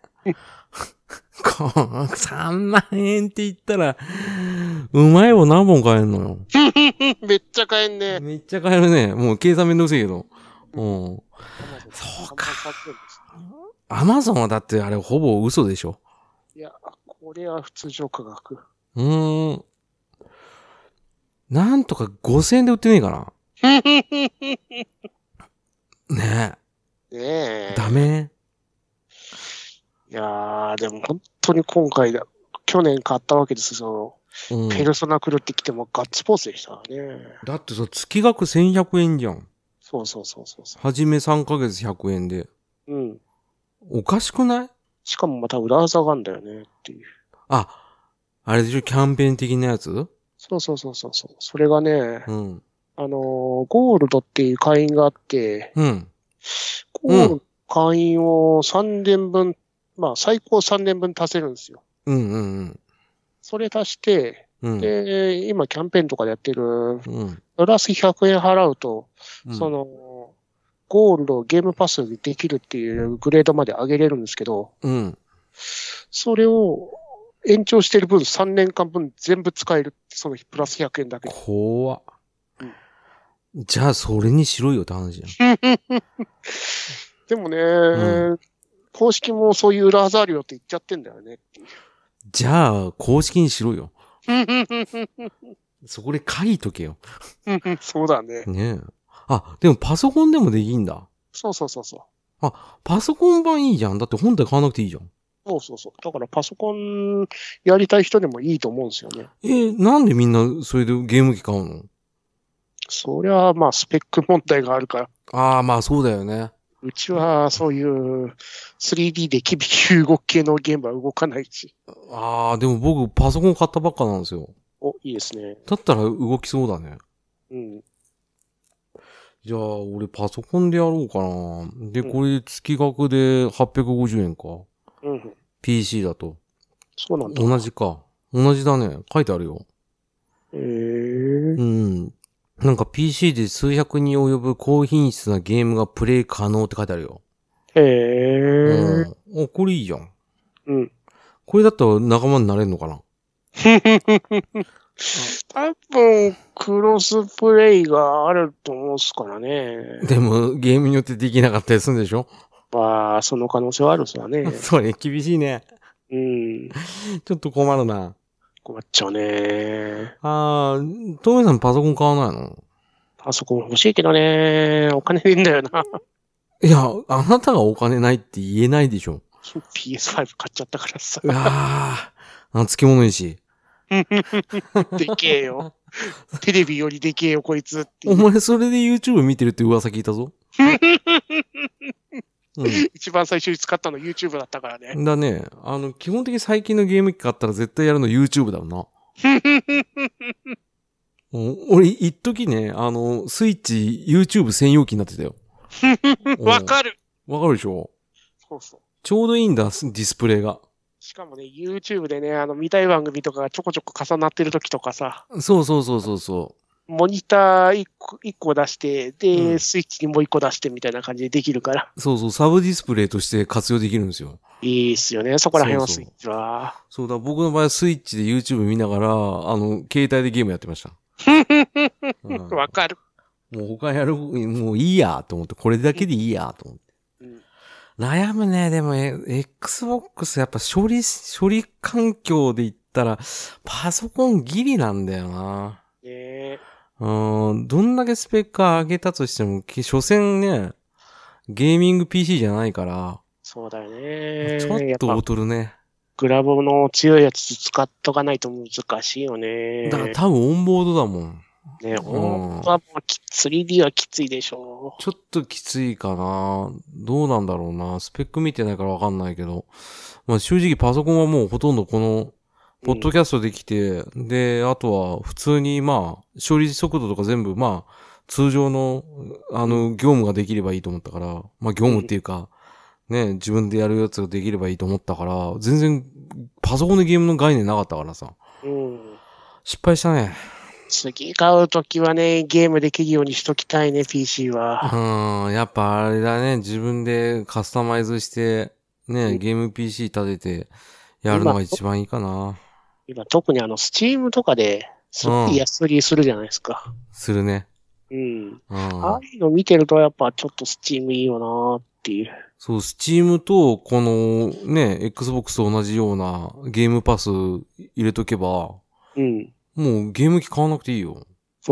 3万円って言ったら、うまい棒何本買えんのよ。 めっちゃ買えんね。 めっちゃ買えるね。もう計算めんどくせえけど。そうか。アマゾンはだってあれほぼ嘘でしょ。 いや、これは普通常価格。 なんとか5000円で売ってねえかな。ねえ。 ダメ？ いやー、でも本当に今回去年買ったわけですよ。ペルソナ来るってきてもガッツポーズでしたね。 だってさ、月額1100円じゃん。 そう。 はじめ3ヶ月100円で。おかしくない？ しかもまた裏技があるんだよねっていう。 あれでしょ、キャンペーン的なやつ？ そう。それがね、ゴールドっていう会員があって、ゴールド会員を3年分、まあ最高3年分足せるんですよ。それ足して、で、今キャンペーンとかでやってる、プラス100円払うと、ゴールドゲームパスでできるっていうグレードまで上げれるんですけど、それを延長してる分3年間分全部使える。そのプラス100円だけ。 怖っ。じゃあそれにしろよって話じゃん。 でもね、公式もそういう裏技あるよって言っちゃってんだよねっていう。 じゃあ公式にしろよ。そこで書いとけよ。 そうだね。 ねえ。でもパソコンでもできんだ。 そう。 パソコン版いいじゃん。だって本体買わなくていいじゃん。 そう。だからパソコンやりたい人でもいいと思うんですよね。 なんでみんなそれでゲーム機買うの？ そりゃまあスペック問題があるから。 まあそうだよね。 うちはそういう 3D で厳しい動き系のゲームは動かないし。 でも僕パソコン買ったばっかなんですよ。 いいですね。 だったら動きそうだね。じゃあ俺パソコンでやろうかな。で、これ月額で850円か。PC だと。 そうなんだ。 同じか。同じだね。書いてあるよ。なんか PC で数百に及ぶ高品質なゲームがプレイ可能って書いてあるよ。これいいじゃん。これだったら仲間になれるのかな？ 多分、クロスプレイがあると思うっすからね。 でも、ゲームによってできなかったりするんでしょ？ まあ、その可能性はあるんですよね。 それ、厳しいね。 うん。 ちょっと困るな。 困っちゃうね。 トメさんパソコン買わないの？ パソコン欲しいけどね。お金ねえんだよな。 いや、あなたがお金ないって言えないでしょ。 PS5 買っちゃったからさ。 付き物いいし。 でけえよ。テレビよりでけえよ、こいつって。 お前それで YouTube 見てるって噂聞いたぞ。 うん、一番最初に使ったの YouTube だったからね。 だね。基本的に最近のゲーム機買ったら絶対やるの YouTube だよな。俺、一時ね、スイッチ YouTube 専用機になってたよ。 わかる。 わかるでしょ？ そうそう。 ちょうどいいんだ、ディスプレイが。 しかもね、YouTube でね、見たい番組とかがちょこちょこ重なってる時とかさ。 そう。 モニター1個出して、で、スイッチにもう1個出してみたいな感じでできるから。 そう、サブディスプレイとして活用できるんですよ。 いいっすよね、そこら辺はスイッチは。 そうだ、僕の場合はスイッチで YouTube 見ながら、携帯でゲームやってました。 わかる。 もう他やる、もういいやと思って、これだけでいいやと思って。悩むね。でも、Xbox やっぱ処理環境で言ったら、パソコンギリなんだよな。どんだけスペック上げたとしても、所詮ね、ゲーミング PC じゃないから。 そうだよね。 ちょっと劣るね。 グラボの強いやつ使っとかないと難しいよね。 だから多分オンボードだもん。 ね、オンボードは3D はきついでしょう。 ちょっときついかな。どうなんだろうな。スペック見てないからわかんないけど。まあ正直パソコンはもうほとんどこの、ポッドキャストできて、で、あとは普通にまあ、処理速度とか全部まあ、通常の、業務ができればいいと思ったから、まあ業務っていうか、ね、自分でやるやつができればいいと思ったから、全然、パソコンでゲームの概念なかったからさ。失敗したね。 次買うときはね、ゲームできるようにしときたいね、PC は。 やっぱあれだね、自分でカスタマイズして、ね、ゲーム PC 立てて、やるのが一番いいかな。 今特にSteam とかで、すごい安売りするじゃないですか。 するね。 ああいうの見てるとやっぱちょっと Steam いいよなーっていう。 そう、Steam と、このね、Xbox と同じようなゲームパス入れとけば、もうゲーム機買わなくていいよ。 そう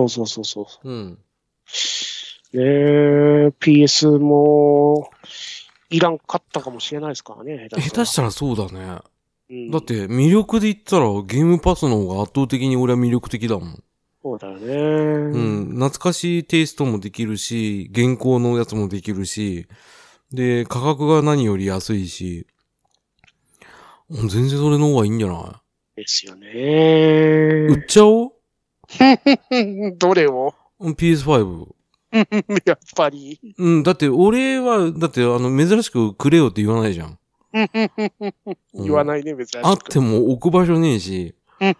。PS も、いらんかったかもしれないですからね。 下手したらそうだね。だって魅力で言ったらゲームパスの方が圧倒的に俺は魅力的だもん。 そうだよね。 懐かしいテイストもできるし、現行のやつもできるし、で、価格が何より安いし、全然それの方がいいんじゃない？ ですよね。 売っちゃおうどれを？ PS5。 やっぱり。 だって俺は、珍しくくれよって言わないじゃん。 言わないね、別に。 あっても置く場所ねえし。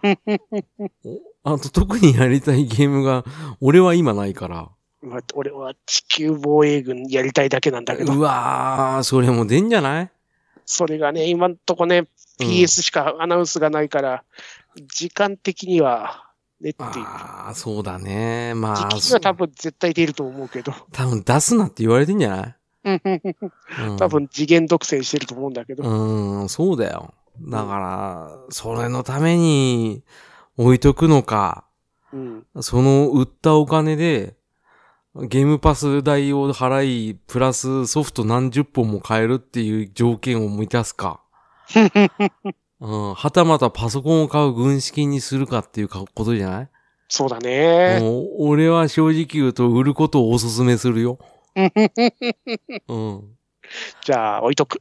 あと特にやりたいゲームが、俺は今ないから。 俺は地球防衛軍やりたいだけなんだけど。 うわー、それも出んじゃない？ それがね、今んとこね、PS しかアナウンスがないから、時間的には、ねっていう。 そうだね。まあ。 時期は多分絶対出ると思うけど。 多分出すなって言われてんじゃない？ 多分次元独占してると思うんだけど。 そうだよ。だから、それのために置いとくのか、その売ったお金で、ゲームパス代を払い、プラスソフト何十本も買えるっていう条件を満たすか。はたまたパソコンを買う軍資金にするかっていうことじゃない？ そうだね。 俺は正直言うと売ることをお勧めするよ。 じゃあ、置いとく。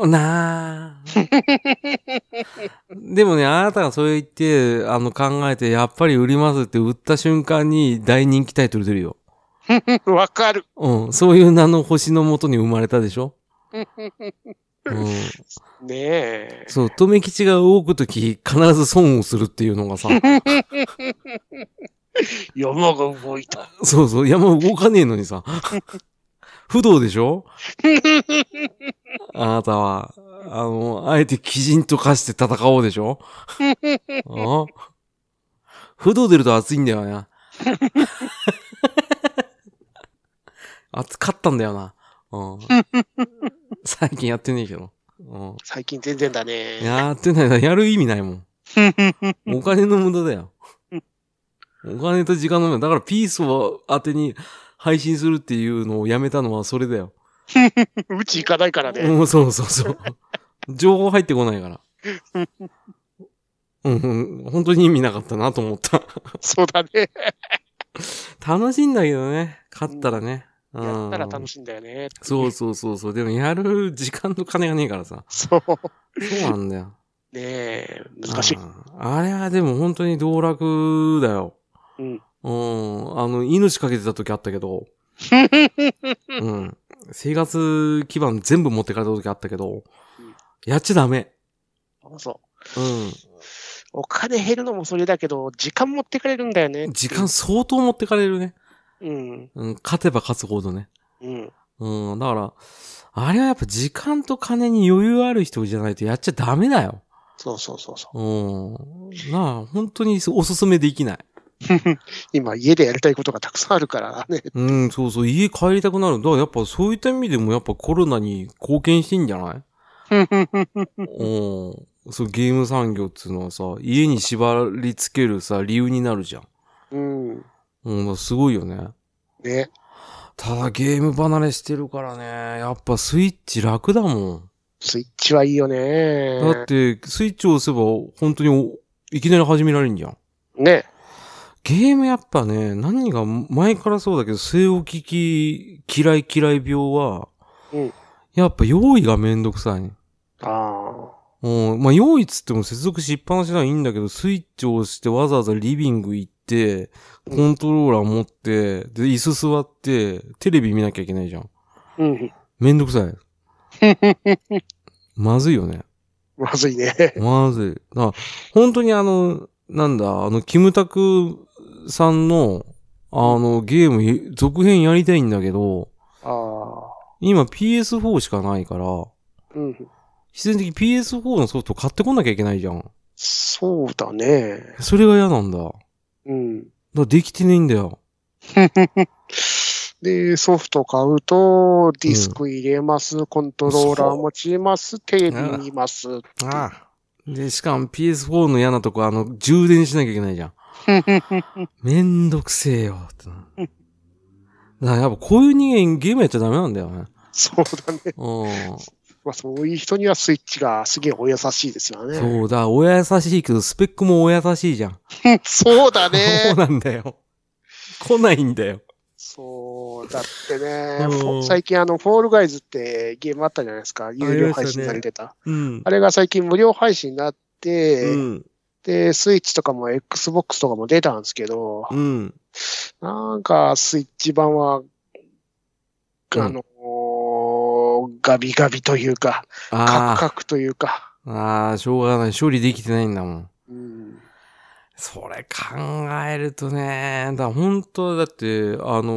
でもね、あなたがそう言って、考えて、やっぱり売りますって売った瞬間に大人気タイトル出るよ。 わかる。 そういう名の星のもとに生まれたでしょ？ ねえ。 そう、留吉が動くとき必ず損をするっていうのがさ。 山が動いた。 そう、山動かねえのにさ。不動でしょ？あなたは、あえて鬼人と化して戦おうでしょ？不動出ると熱いんだよな。熱かったんだよな。 最近やってねえけど。 最近全然だね。 やってないな。やる意味ないもん。お金の無駄だよ。お金と時間の無駄。だからピースを当てに配信するっていうのをやめたのはそれだよ。 うち行かないからね。 そうそうそう。情報入ってこないから。本当に意味なかったなと思った。 そうだね。 楽しいんだけどね。勝ったらね。 やったら楽しいんだよね。 そうそうそうそう。でもやる時間と金がねえからさ。 そう。 そうなんだよ。 ねえ、難しい。 あれはでも本当に道楽だよ。命かけてた時あったけど。生活基盤全部持ってかれた時あったけど、やっちゃダメ。 そう。お金減るのもそれだけど、時間持ってかれるんだよね。 時間相当持ってかれるね。勝てば勝つほどね。だから、あれはやっぱ時間と金に余裕ある人じゃないとやっちゃダメだよ。 そうそうそうそう。 本当におすすめできない。 今家でやりたいことがたくさんあるからね。 そうそう、家帰りたくなる。だからやっぱそういった意味でもやっぱコロナに貢献してんじゃないそう、ゲーム産業っていうのはさ、家に縛り付けるさ、理由になるじゃん。すごいよね。 ね。 ただゲーム離れしてるからね、やっぱスイッチ楽だもん。 スイッチはいいよね。 だって、スイッチを押せば本当にいきなり始められるんじゃん。 ね。 ゲームやっぱね、何が前からそうだけど、据え置き嫌い病は、やっぱ用意がめんどくさいね。用意つっても接続しっぱなしならいいんだけど、スイッチを押してわざわざリビング行って、コントローラー持って、で、椅子座って、テレビ見なきゃいけないじゃん。めんどくさい。まずいよね。 まずいね。 まずい。本当にキムタクさんの、ゲーム、続編やりたいんだけど、今 PS4 しかないから、必然的に PS4 のソフト買ってこなきゃいけないじゃん。 そうだね。 それが嫌なんだ。だできてねえんだよ。 で、ソフト買うと、ディスク入れます、コントローラー持ちます、テレビ見ます。 で、しかも PS4 の嫌なとこ、充電しなきゃいけないじゃん。めんどくせえよって。だからやっぱこういう人間ゲームやっちゃダメなんだよね。 そうだね。そういう人にはスイッチがすげえお優しいですよね。 そうだ、お優しいけど、スペックもお優しいじゃん。 そうだね。 そうなんだよ。来ないんだよ。 そう、だってね、最近フォールガイズってゲームあったじゃないですか。有料配信されてた。あれが最近無料配信になって、で、スイッチとかも Xbox とかも出たんですけど、なんかスイッチ版は、ガビガビというか、カクカクというか。 しょうがない。処理できてないんだもん。それ考えるとね、本当はだって、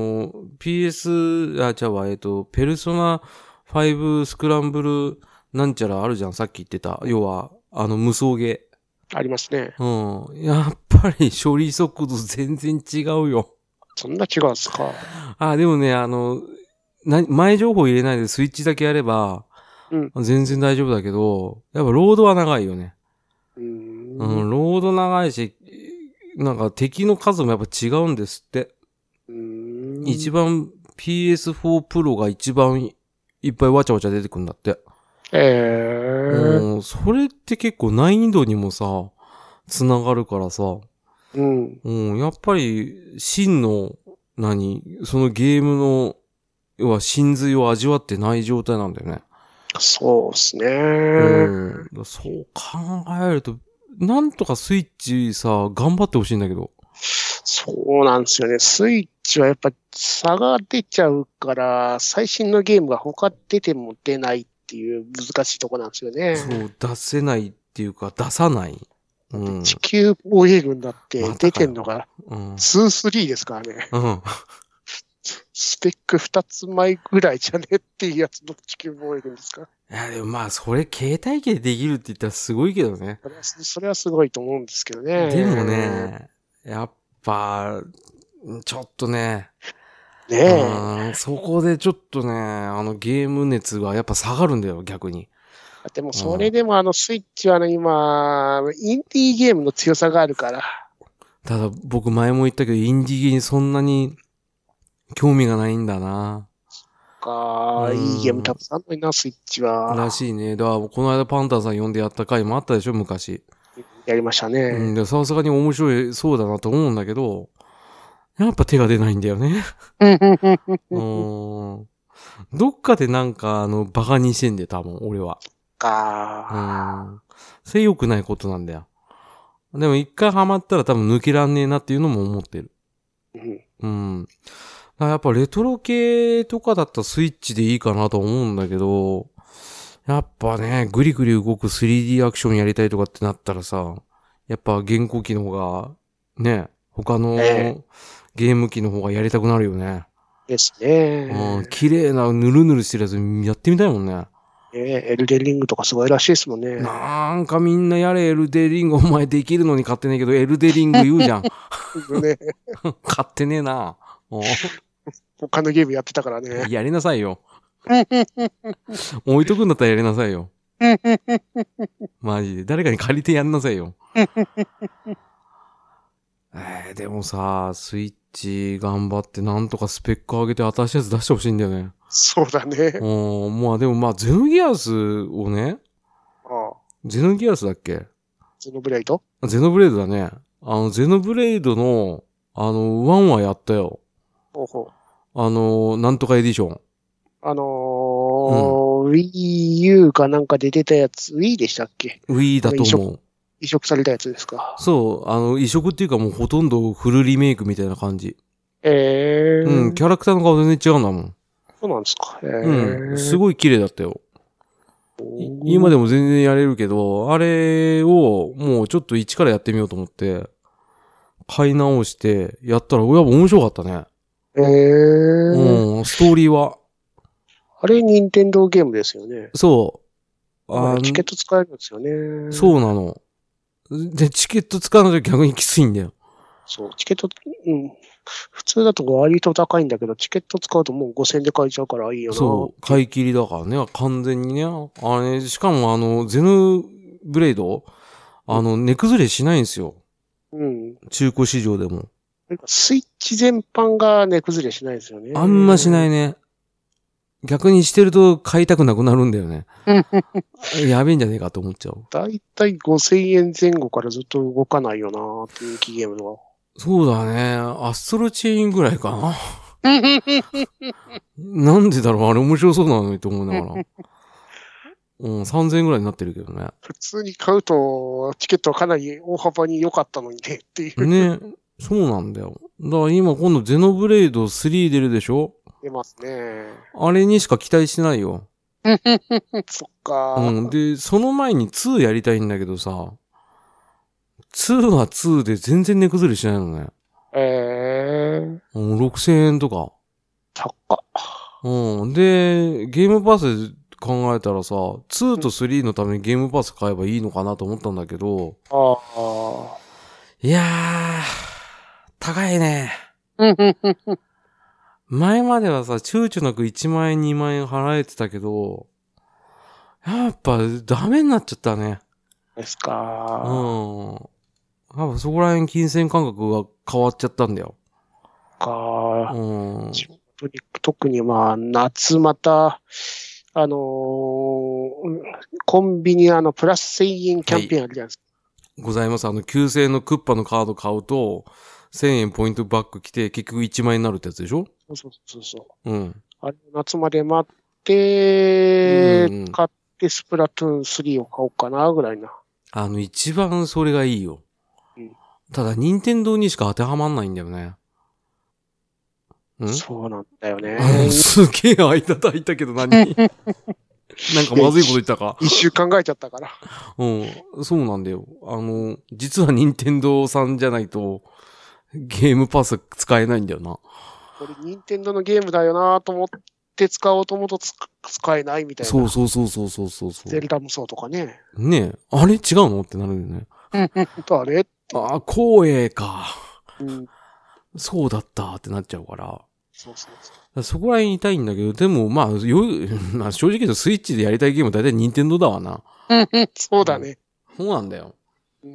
ペルソナ5スクランブルなんちゃらあるじゃん、さっき言ってた。要は、無双ゲー。ありますね。 やっぱり処理速度全然違うよ。 そんな違うんすか。 でもね、前情報入れないでスイッチだけやれば、全然大丈夫だけど、やっぱロードは長いよね。ロード長いし、なんか敵の数もやっぱ違うんですって。一番 PS4 Pro が一番いっぱいわちゃわちゃ出てくるんだって。それって結構難易度にもさ、つながるからさ。やっぱり真の、そのゲームの、要は真髄を味わってない状態なんだよね。 そうですね。 そう考えると、なんとかスイッチさ、頑張ってほしいんだけど。 そうなんですよね。スイッチはやっぱ差が出ちゃうから、最新のゲームが他出ても出ないっていう難しいとこなんですよね。 そう、出せないっていうか、出さない。 地球防衛軍だって出てんのが、2、3ですからね。スペック2つ前ぐらいじゃねっていうやつの地球防衛軍ですか。 いや、でもまあ、それ携帯機でできるって言ったらすごいけどね。 それはすごいと思うんですけどね。 でもね、やっぱ、ちょっとね。 ねえ。 そこでちょっとね、ゲーム熱がやっぱ下がるんだよ、逆に。 でも、それでもスイッチはね、今、インディーゲームの強さがあるから。 ただ、僕前も言ったけど、インディーゲームにそんなに興味がないんだな。 いいゲームたくさんあるのにな、スイッチは。 らしいね。だから、この間パンタンさん呼んでやった回もあったでしょ、昔。 やりましたね。 で、さすがに面白いそうだなと思うんだけど、やっぱ手が出ないんだよね。どっかでなんか、バカにしてんだよ、多分、俺は。それ良くないことなんだよ。でも一回ハマったら多分抜けらんねえなっていうのも思ってる。だからやっぱレトロ系とかだったらスイッチでいいかなと思うんだけど、やっぱね、ぐりぐり動く 3D アクションやりたいとかってなったらさ、やっぱ現行機の方が、ね、他のゲーム機の方がやりたくなるよね。 ですね。 綺麗なヌルヌルしてるやつやってみたいもんね。 エルデンリングとかすごいらしいですもんね。 なんかみんなやれエルデリングお前できるのに買ってねえけど、エルデリング言うじゃん。 ね、 買ってねえな。 他のゲームやってたからね。 やりなさいよ。置いとくんだったらやりなさいよ。マジで。誰かに借りてやんなさいよ。でもさ、スイッチ頑張ってなんとかスペック上げて新しいやつ出してほしいんだよね。 そうだね。 まあでもゼノギアスをね。ゼノギアスだっけ？ ゼノブレイド？ ゼノブレイドだね。ゼノブレイドの、1はやったよ。なんとかエディション。 Wii U かなんかで出たやつ、Wii でしたっけ？ Wii だと思う。 移植されたやつですか？ そう、移植っていうかもうほとんどフルリメイクみたいな感じ。キャラクターの顔全然違うんだもん。 そうなんですか。 すごい綺麗だったよ。今でも全然やれるけど、あれをもうちょっと一からやってみようと思って、買い直してやったら、やっぱ面白かったね。ストーリーは。 あれ、任天堂ゲームですよね。 そう。 チケット使えるんですよね。 そうなの。で、チケット使うのと逆にきついんだよ。 そう、チケット、普通だと割と高いんだけど、チケット使うともう5000円で買えちゃうからいいよな。 そう、買い切りだからね、完全にね。しかもゼノブレイド、値崩れしないんですよ。中古市場でも。 スイッチ全般が値崩れしないですよね。 あんましないね。逆にしてると買いたくなくなるんだよね。やべえんじゃねえかと思っちゃう。 だいたい5000円前後からずっと動かないよなーって人気ゲームの。 そうだね。アストロチェーンぐらいかな。なんでだろう、あれ面白そうなのにと思いながら。3000円ぐらいになってるけどね。 普通に買うと、チケットはかなり大幅に良かったのにねっていう。 ね。そうなんだよ。だから今今度ゼノブレイド3出るでしょ？ 出ますね。 あれにしか期待してないよ。 そっか。 で、その前に2やりたいんだけどさ、2は2で全然値崩れしないのね。6000円とか。 高っ。 で、ゲームパス考えたらさ、2と3のためにゲームパス買えばいいのかなと思ったんだけど、いやー、高いね。前まではさ、躊躇なく1万円2万円払えてたけど、やっぱダメになっちゃったね。 ですか。 やっぱそこら辺金銭感覚が変わっちゃったんだよ。 特に夏また、コンビニプラス1000円キャンペーンあるじゃないですか。 ございます。9000円のクッパのカード買うと、1000円ポイントバック来て、結局1万円になるってやつでしょ？ そう。 あれ夏まで待って、買ってスプラトゥーン3を買おうかな、ぐらいな。 一番それがいいよ。ただ、任天堂にしか当てはまんないんだよね。 そうなんだよね。 すげえ間空いたけど何なんかまずいこと言ったか。 一周考えちゃったから。 そうなんだよ。実は任天堂さんじゃないと、ゲームパス使えないんだよな。 これ任天堂のゲームだよなと思って使おうと思うと使えないみたいな。 そう。 ゼルダもそうとかね。 ねえ、あれ違うのってなるよね。 あれ光栄か。そうだったってなっちゃうから。 そうそうそう。そこら辺痛いんだけど、でもまあ、まあ正直言うとスイッチでやりたいゲーム大体任天堂だわな。 そうだね。 そうなんだよ。 うん。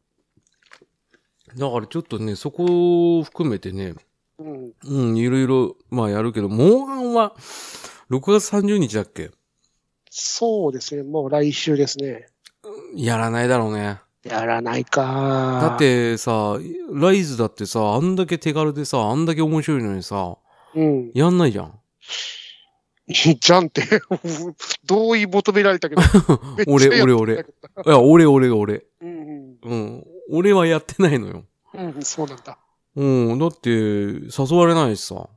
だからちょっとね、そこを含めてね、いろいろ、まあやるけど、モンハンは、6月30日だっけ？ そうですね。もう来週ですね。 やらないだろうね。 やらないか。 だってさ、ライズだってさ、あんだけ手軽でさ、あんだけ面白いのにさ、やんないじゃん。 じゃんって、同意求められたけど。 俺。いや、俺。俺はやってないのよ。 そうなんだ。 だって、誘われないしさ。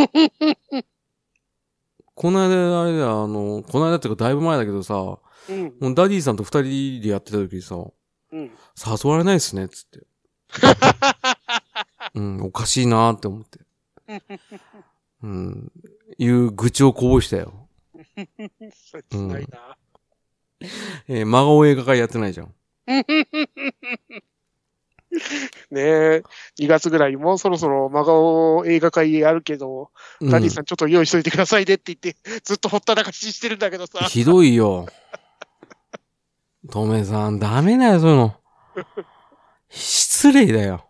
この間、あれだ、この間っていうかだいぶ前だけどさ、もうダディさんと二人でやってた時にさ、誘われないっすね、つって。おかしいなーって思って。いう愚痴をこぼしたよ。 ないな。 真顔映画会やってないじゃん。 ねえ、2月ぐらいもそろそろ真顔映画会やるけど、ダディさんちょっと用意しといてくださいねって言って、ずっとほったらかししてるんだけどさ。 ひどいよ。トメさん、ダメだよ、そういうの。失礼だよ。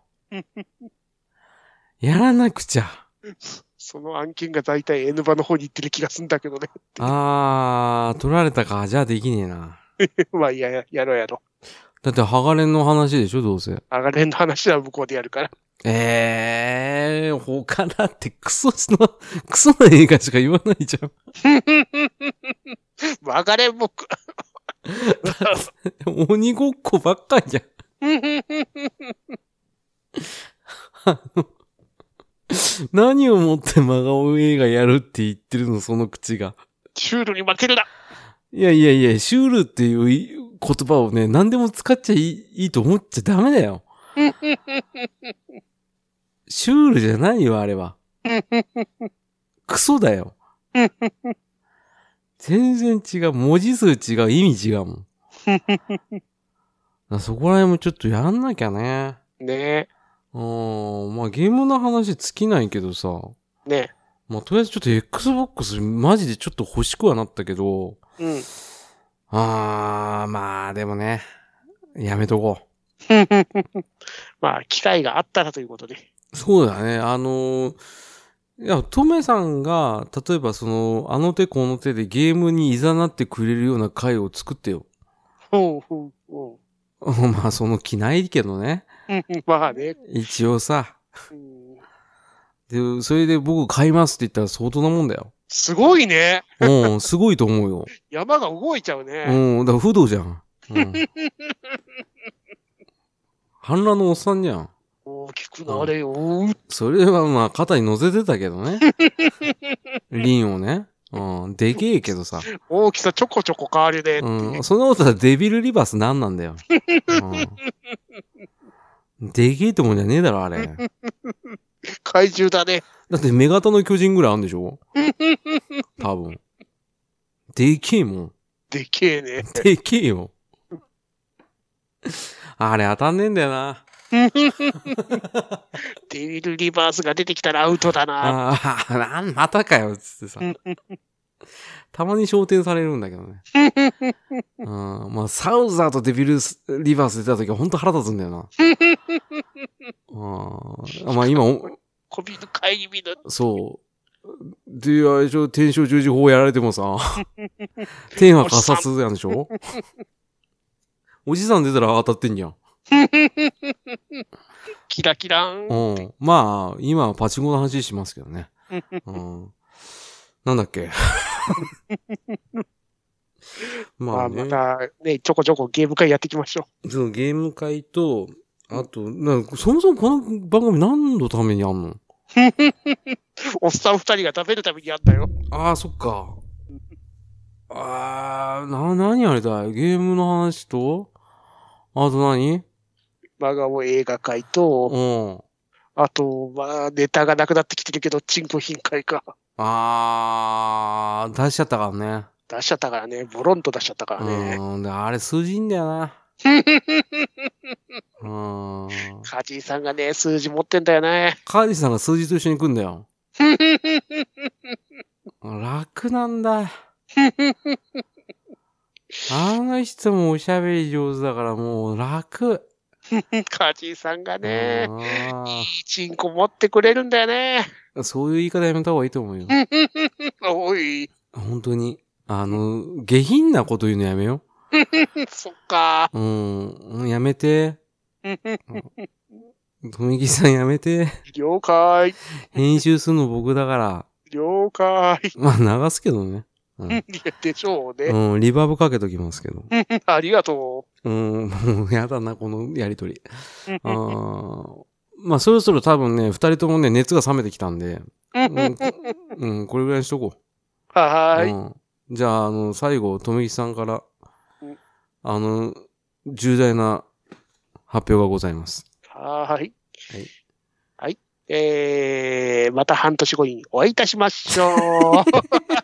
やらなくちゃ。 その案件が大体 N 場の方に行ってる気がするんだけどね。 取られたか。じゃあできねえな。 まあいいや、やろう。 だってハガレンの話でしょ、どうせ。 ハガレンの話は向こうでやるから。 他だってクソな映画しか言わないじゃん。 ハガレンも鬼ごっこばっかりじゃん。何をもって真顔映画やるって言ってるの、その口が。 シュールに負けるな。 いや、シュールっていう言葉をね、何でも使っちゃいいと思っちゃダメだよ。シュールじゃないよ、あれは。クソだよ。全然違う。文字数違う。意味違うもん。そこら辺もちょっとやんなきゃね。 ねえ。 まあゲームの話尽きないけどさ。 ねえ。 まあとりあえずちょっと Xbox マジでちょっと欲しくはなったけど。まあでもね。やめとこう。 まあ機会があったらということで。 そうだね。いや、トメさんが、例えばあの手この手でゲームに誘ってくれるような回を作ってよ。まあ、その気ないけどね。 まあね。 一応さ。で、それで僕買いますって言ったら相当なもんだよ。 すごいね。 すごいと思うよ。 山が動いちゃうね。 だから不動じゃん。反乱のおっさんじゃん。 大きくなれよ。 それはまあ肩に乗せてたけどね。リンをね。でけえけどさ。 大きさちょこちょこ変わるね。 そんなことはデビルリバースなんなんだよ。でけえともんじゃねえだろ、あれ。 怪獣だね。 だってメガタの巨人ぐらいあるんでしょ多分。でけえもん。 でけえね。 でけえよ。あれ当たんねえんだよな。 デビルリバースが出てきたらアウトだな。 またかよ、つってさ。たまに昇天されるんだけどね。まあ、サウザーとデビルリバース出た時はほんと腹立つんだよな。まあ今、 こびぬ会議見る。 そう。で、あれでしょ、天正十字砲やられてもさ、天は火殺やんでしょおじさん出たら当たってんじゃん。 キラキラン。まあ、今はパチンコの話しますけどね。なんだっけ。 まあまたね、ちょこちょこゲーム会やっていきましょう。そのゲーム会と、あと、そもそもこの番組何のためにあんのおっさん二人が食べるためにやったよ。 そっか。何あれだいゲームの話と、あと何真顔映画会と、あと、まあ、ネタがなくなってきてるけど、チンコ品会か。 出しちゃったからね。 出しちゃったからね。ボロンと出しちゃったからね。 あれ数字いいんだよな。 カジーさんがね、数字持ってんだよね。 カジーさんが数字と一緒に来んだよ。 楽なんだ。あの人もおしゃべり上手だからもう楽。 カジさんがね、いいチンコ持ってくれるんだよね。 そういう言い方やめた方がいいと思うよ。 おい。 本当に。下品なこと言うのやめよ。 そっか。 やめて。とめきさんやめて。 了解。 編集するの僕だから。 了解。 まあ流すけどね。 でしょうね。 リバーブかけときますけど。 ありがとう。もうやだな、このやりとり。まあそろそろ多分ね、二人ともね、熱が冷めてきたんで。これぐらいにしとこう。はじゃあ、最後、とめきさんから、重大な発表がございます。 はい。また半年後にお会いいたしましょう。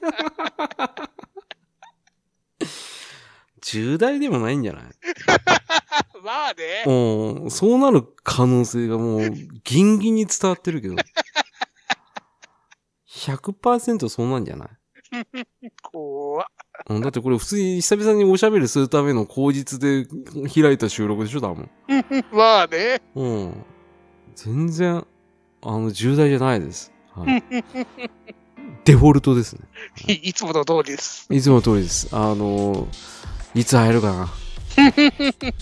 重大でもないんじゃないまあね。 そうなる可能性がもう、ギンギンに伝わってるけど。100% そうなんじゃない怖っ。 だってこれ普通に久々におしゃべりするための口実で開いた収録でしょ、多分。 まあね。 全然、重大じゃないです。はい、デフォルトですね。 いつもの通りです。 いつもの通りです。いつ会えるかな。ね。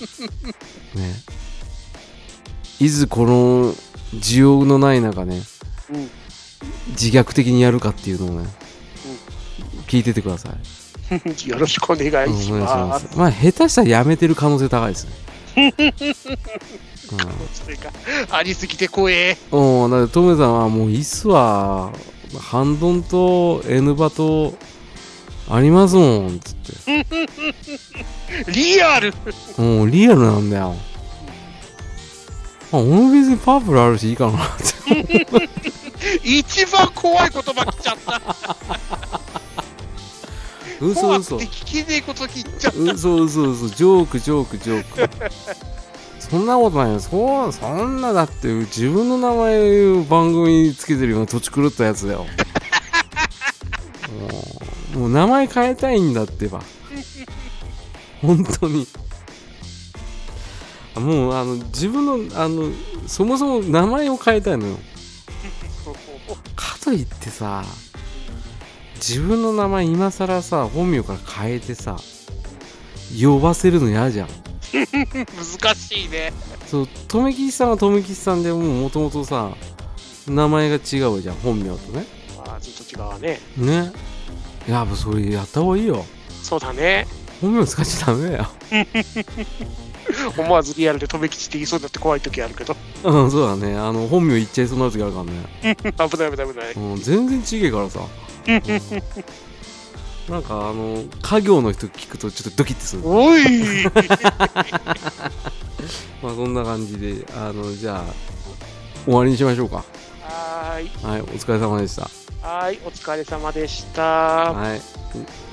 いつこの需要のない中ね、自虐的にやるかっていうのをね、聞いててください。 よろしくお願いします。 まあ、下手したらやめてる可能性高いですね。 ありすぎて怖え。 だってトメさんはもういいっすわ。ハンドンと N バとありますもんつって。 リアル。 リアルなんだよ。俺別にパープルあるしいいかなって。 一番怖い言葉来ちゃった。 嘘。 怖くて聞けねえこと聞いちゃった。 嘘。ジョーク。そんなことないよ。そんなだって自分の名前を番組につけてるような土地狂ったやつだよ。もう名前変えたいんだってば。本当に。もう自分のそもそも名前を変えたいのよ。かといってさ、自分の名前今更さ本名から変えてさ呼ばせるの嫌じゃん。 難しいね。 そう、とめきちさんはとめきちさんでもともとさ名前が違うじゃん、本名とね。 ずっと違うわね。 ね。やっぱそれやった方がいいよ。 そうだね。 本名使っちゃダメだよ。 思わずリアルでとめきちって言いそうになって怖い時あるけど。 そうだね。本名言っちゃいそうになる時あるからね。 危ない。 全然違えからさ。なんか家業の人聞くとちょっとドキッてする。 おい。 まあそんな感じでじゃあ終わりにしましょうか。 はい、 お疲れ様でした。 お疲れ様でした。 はい。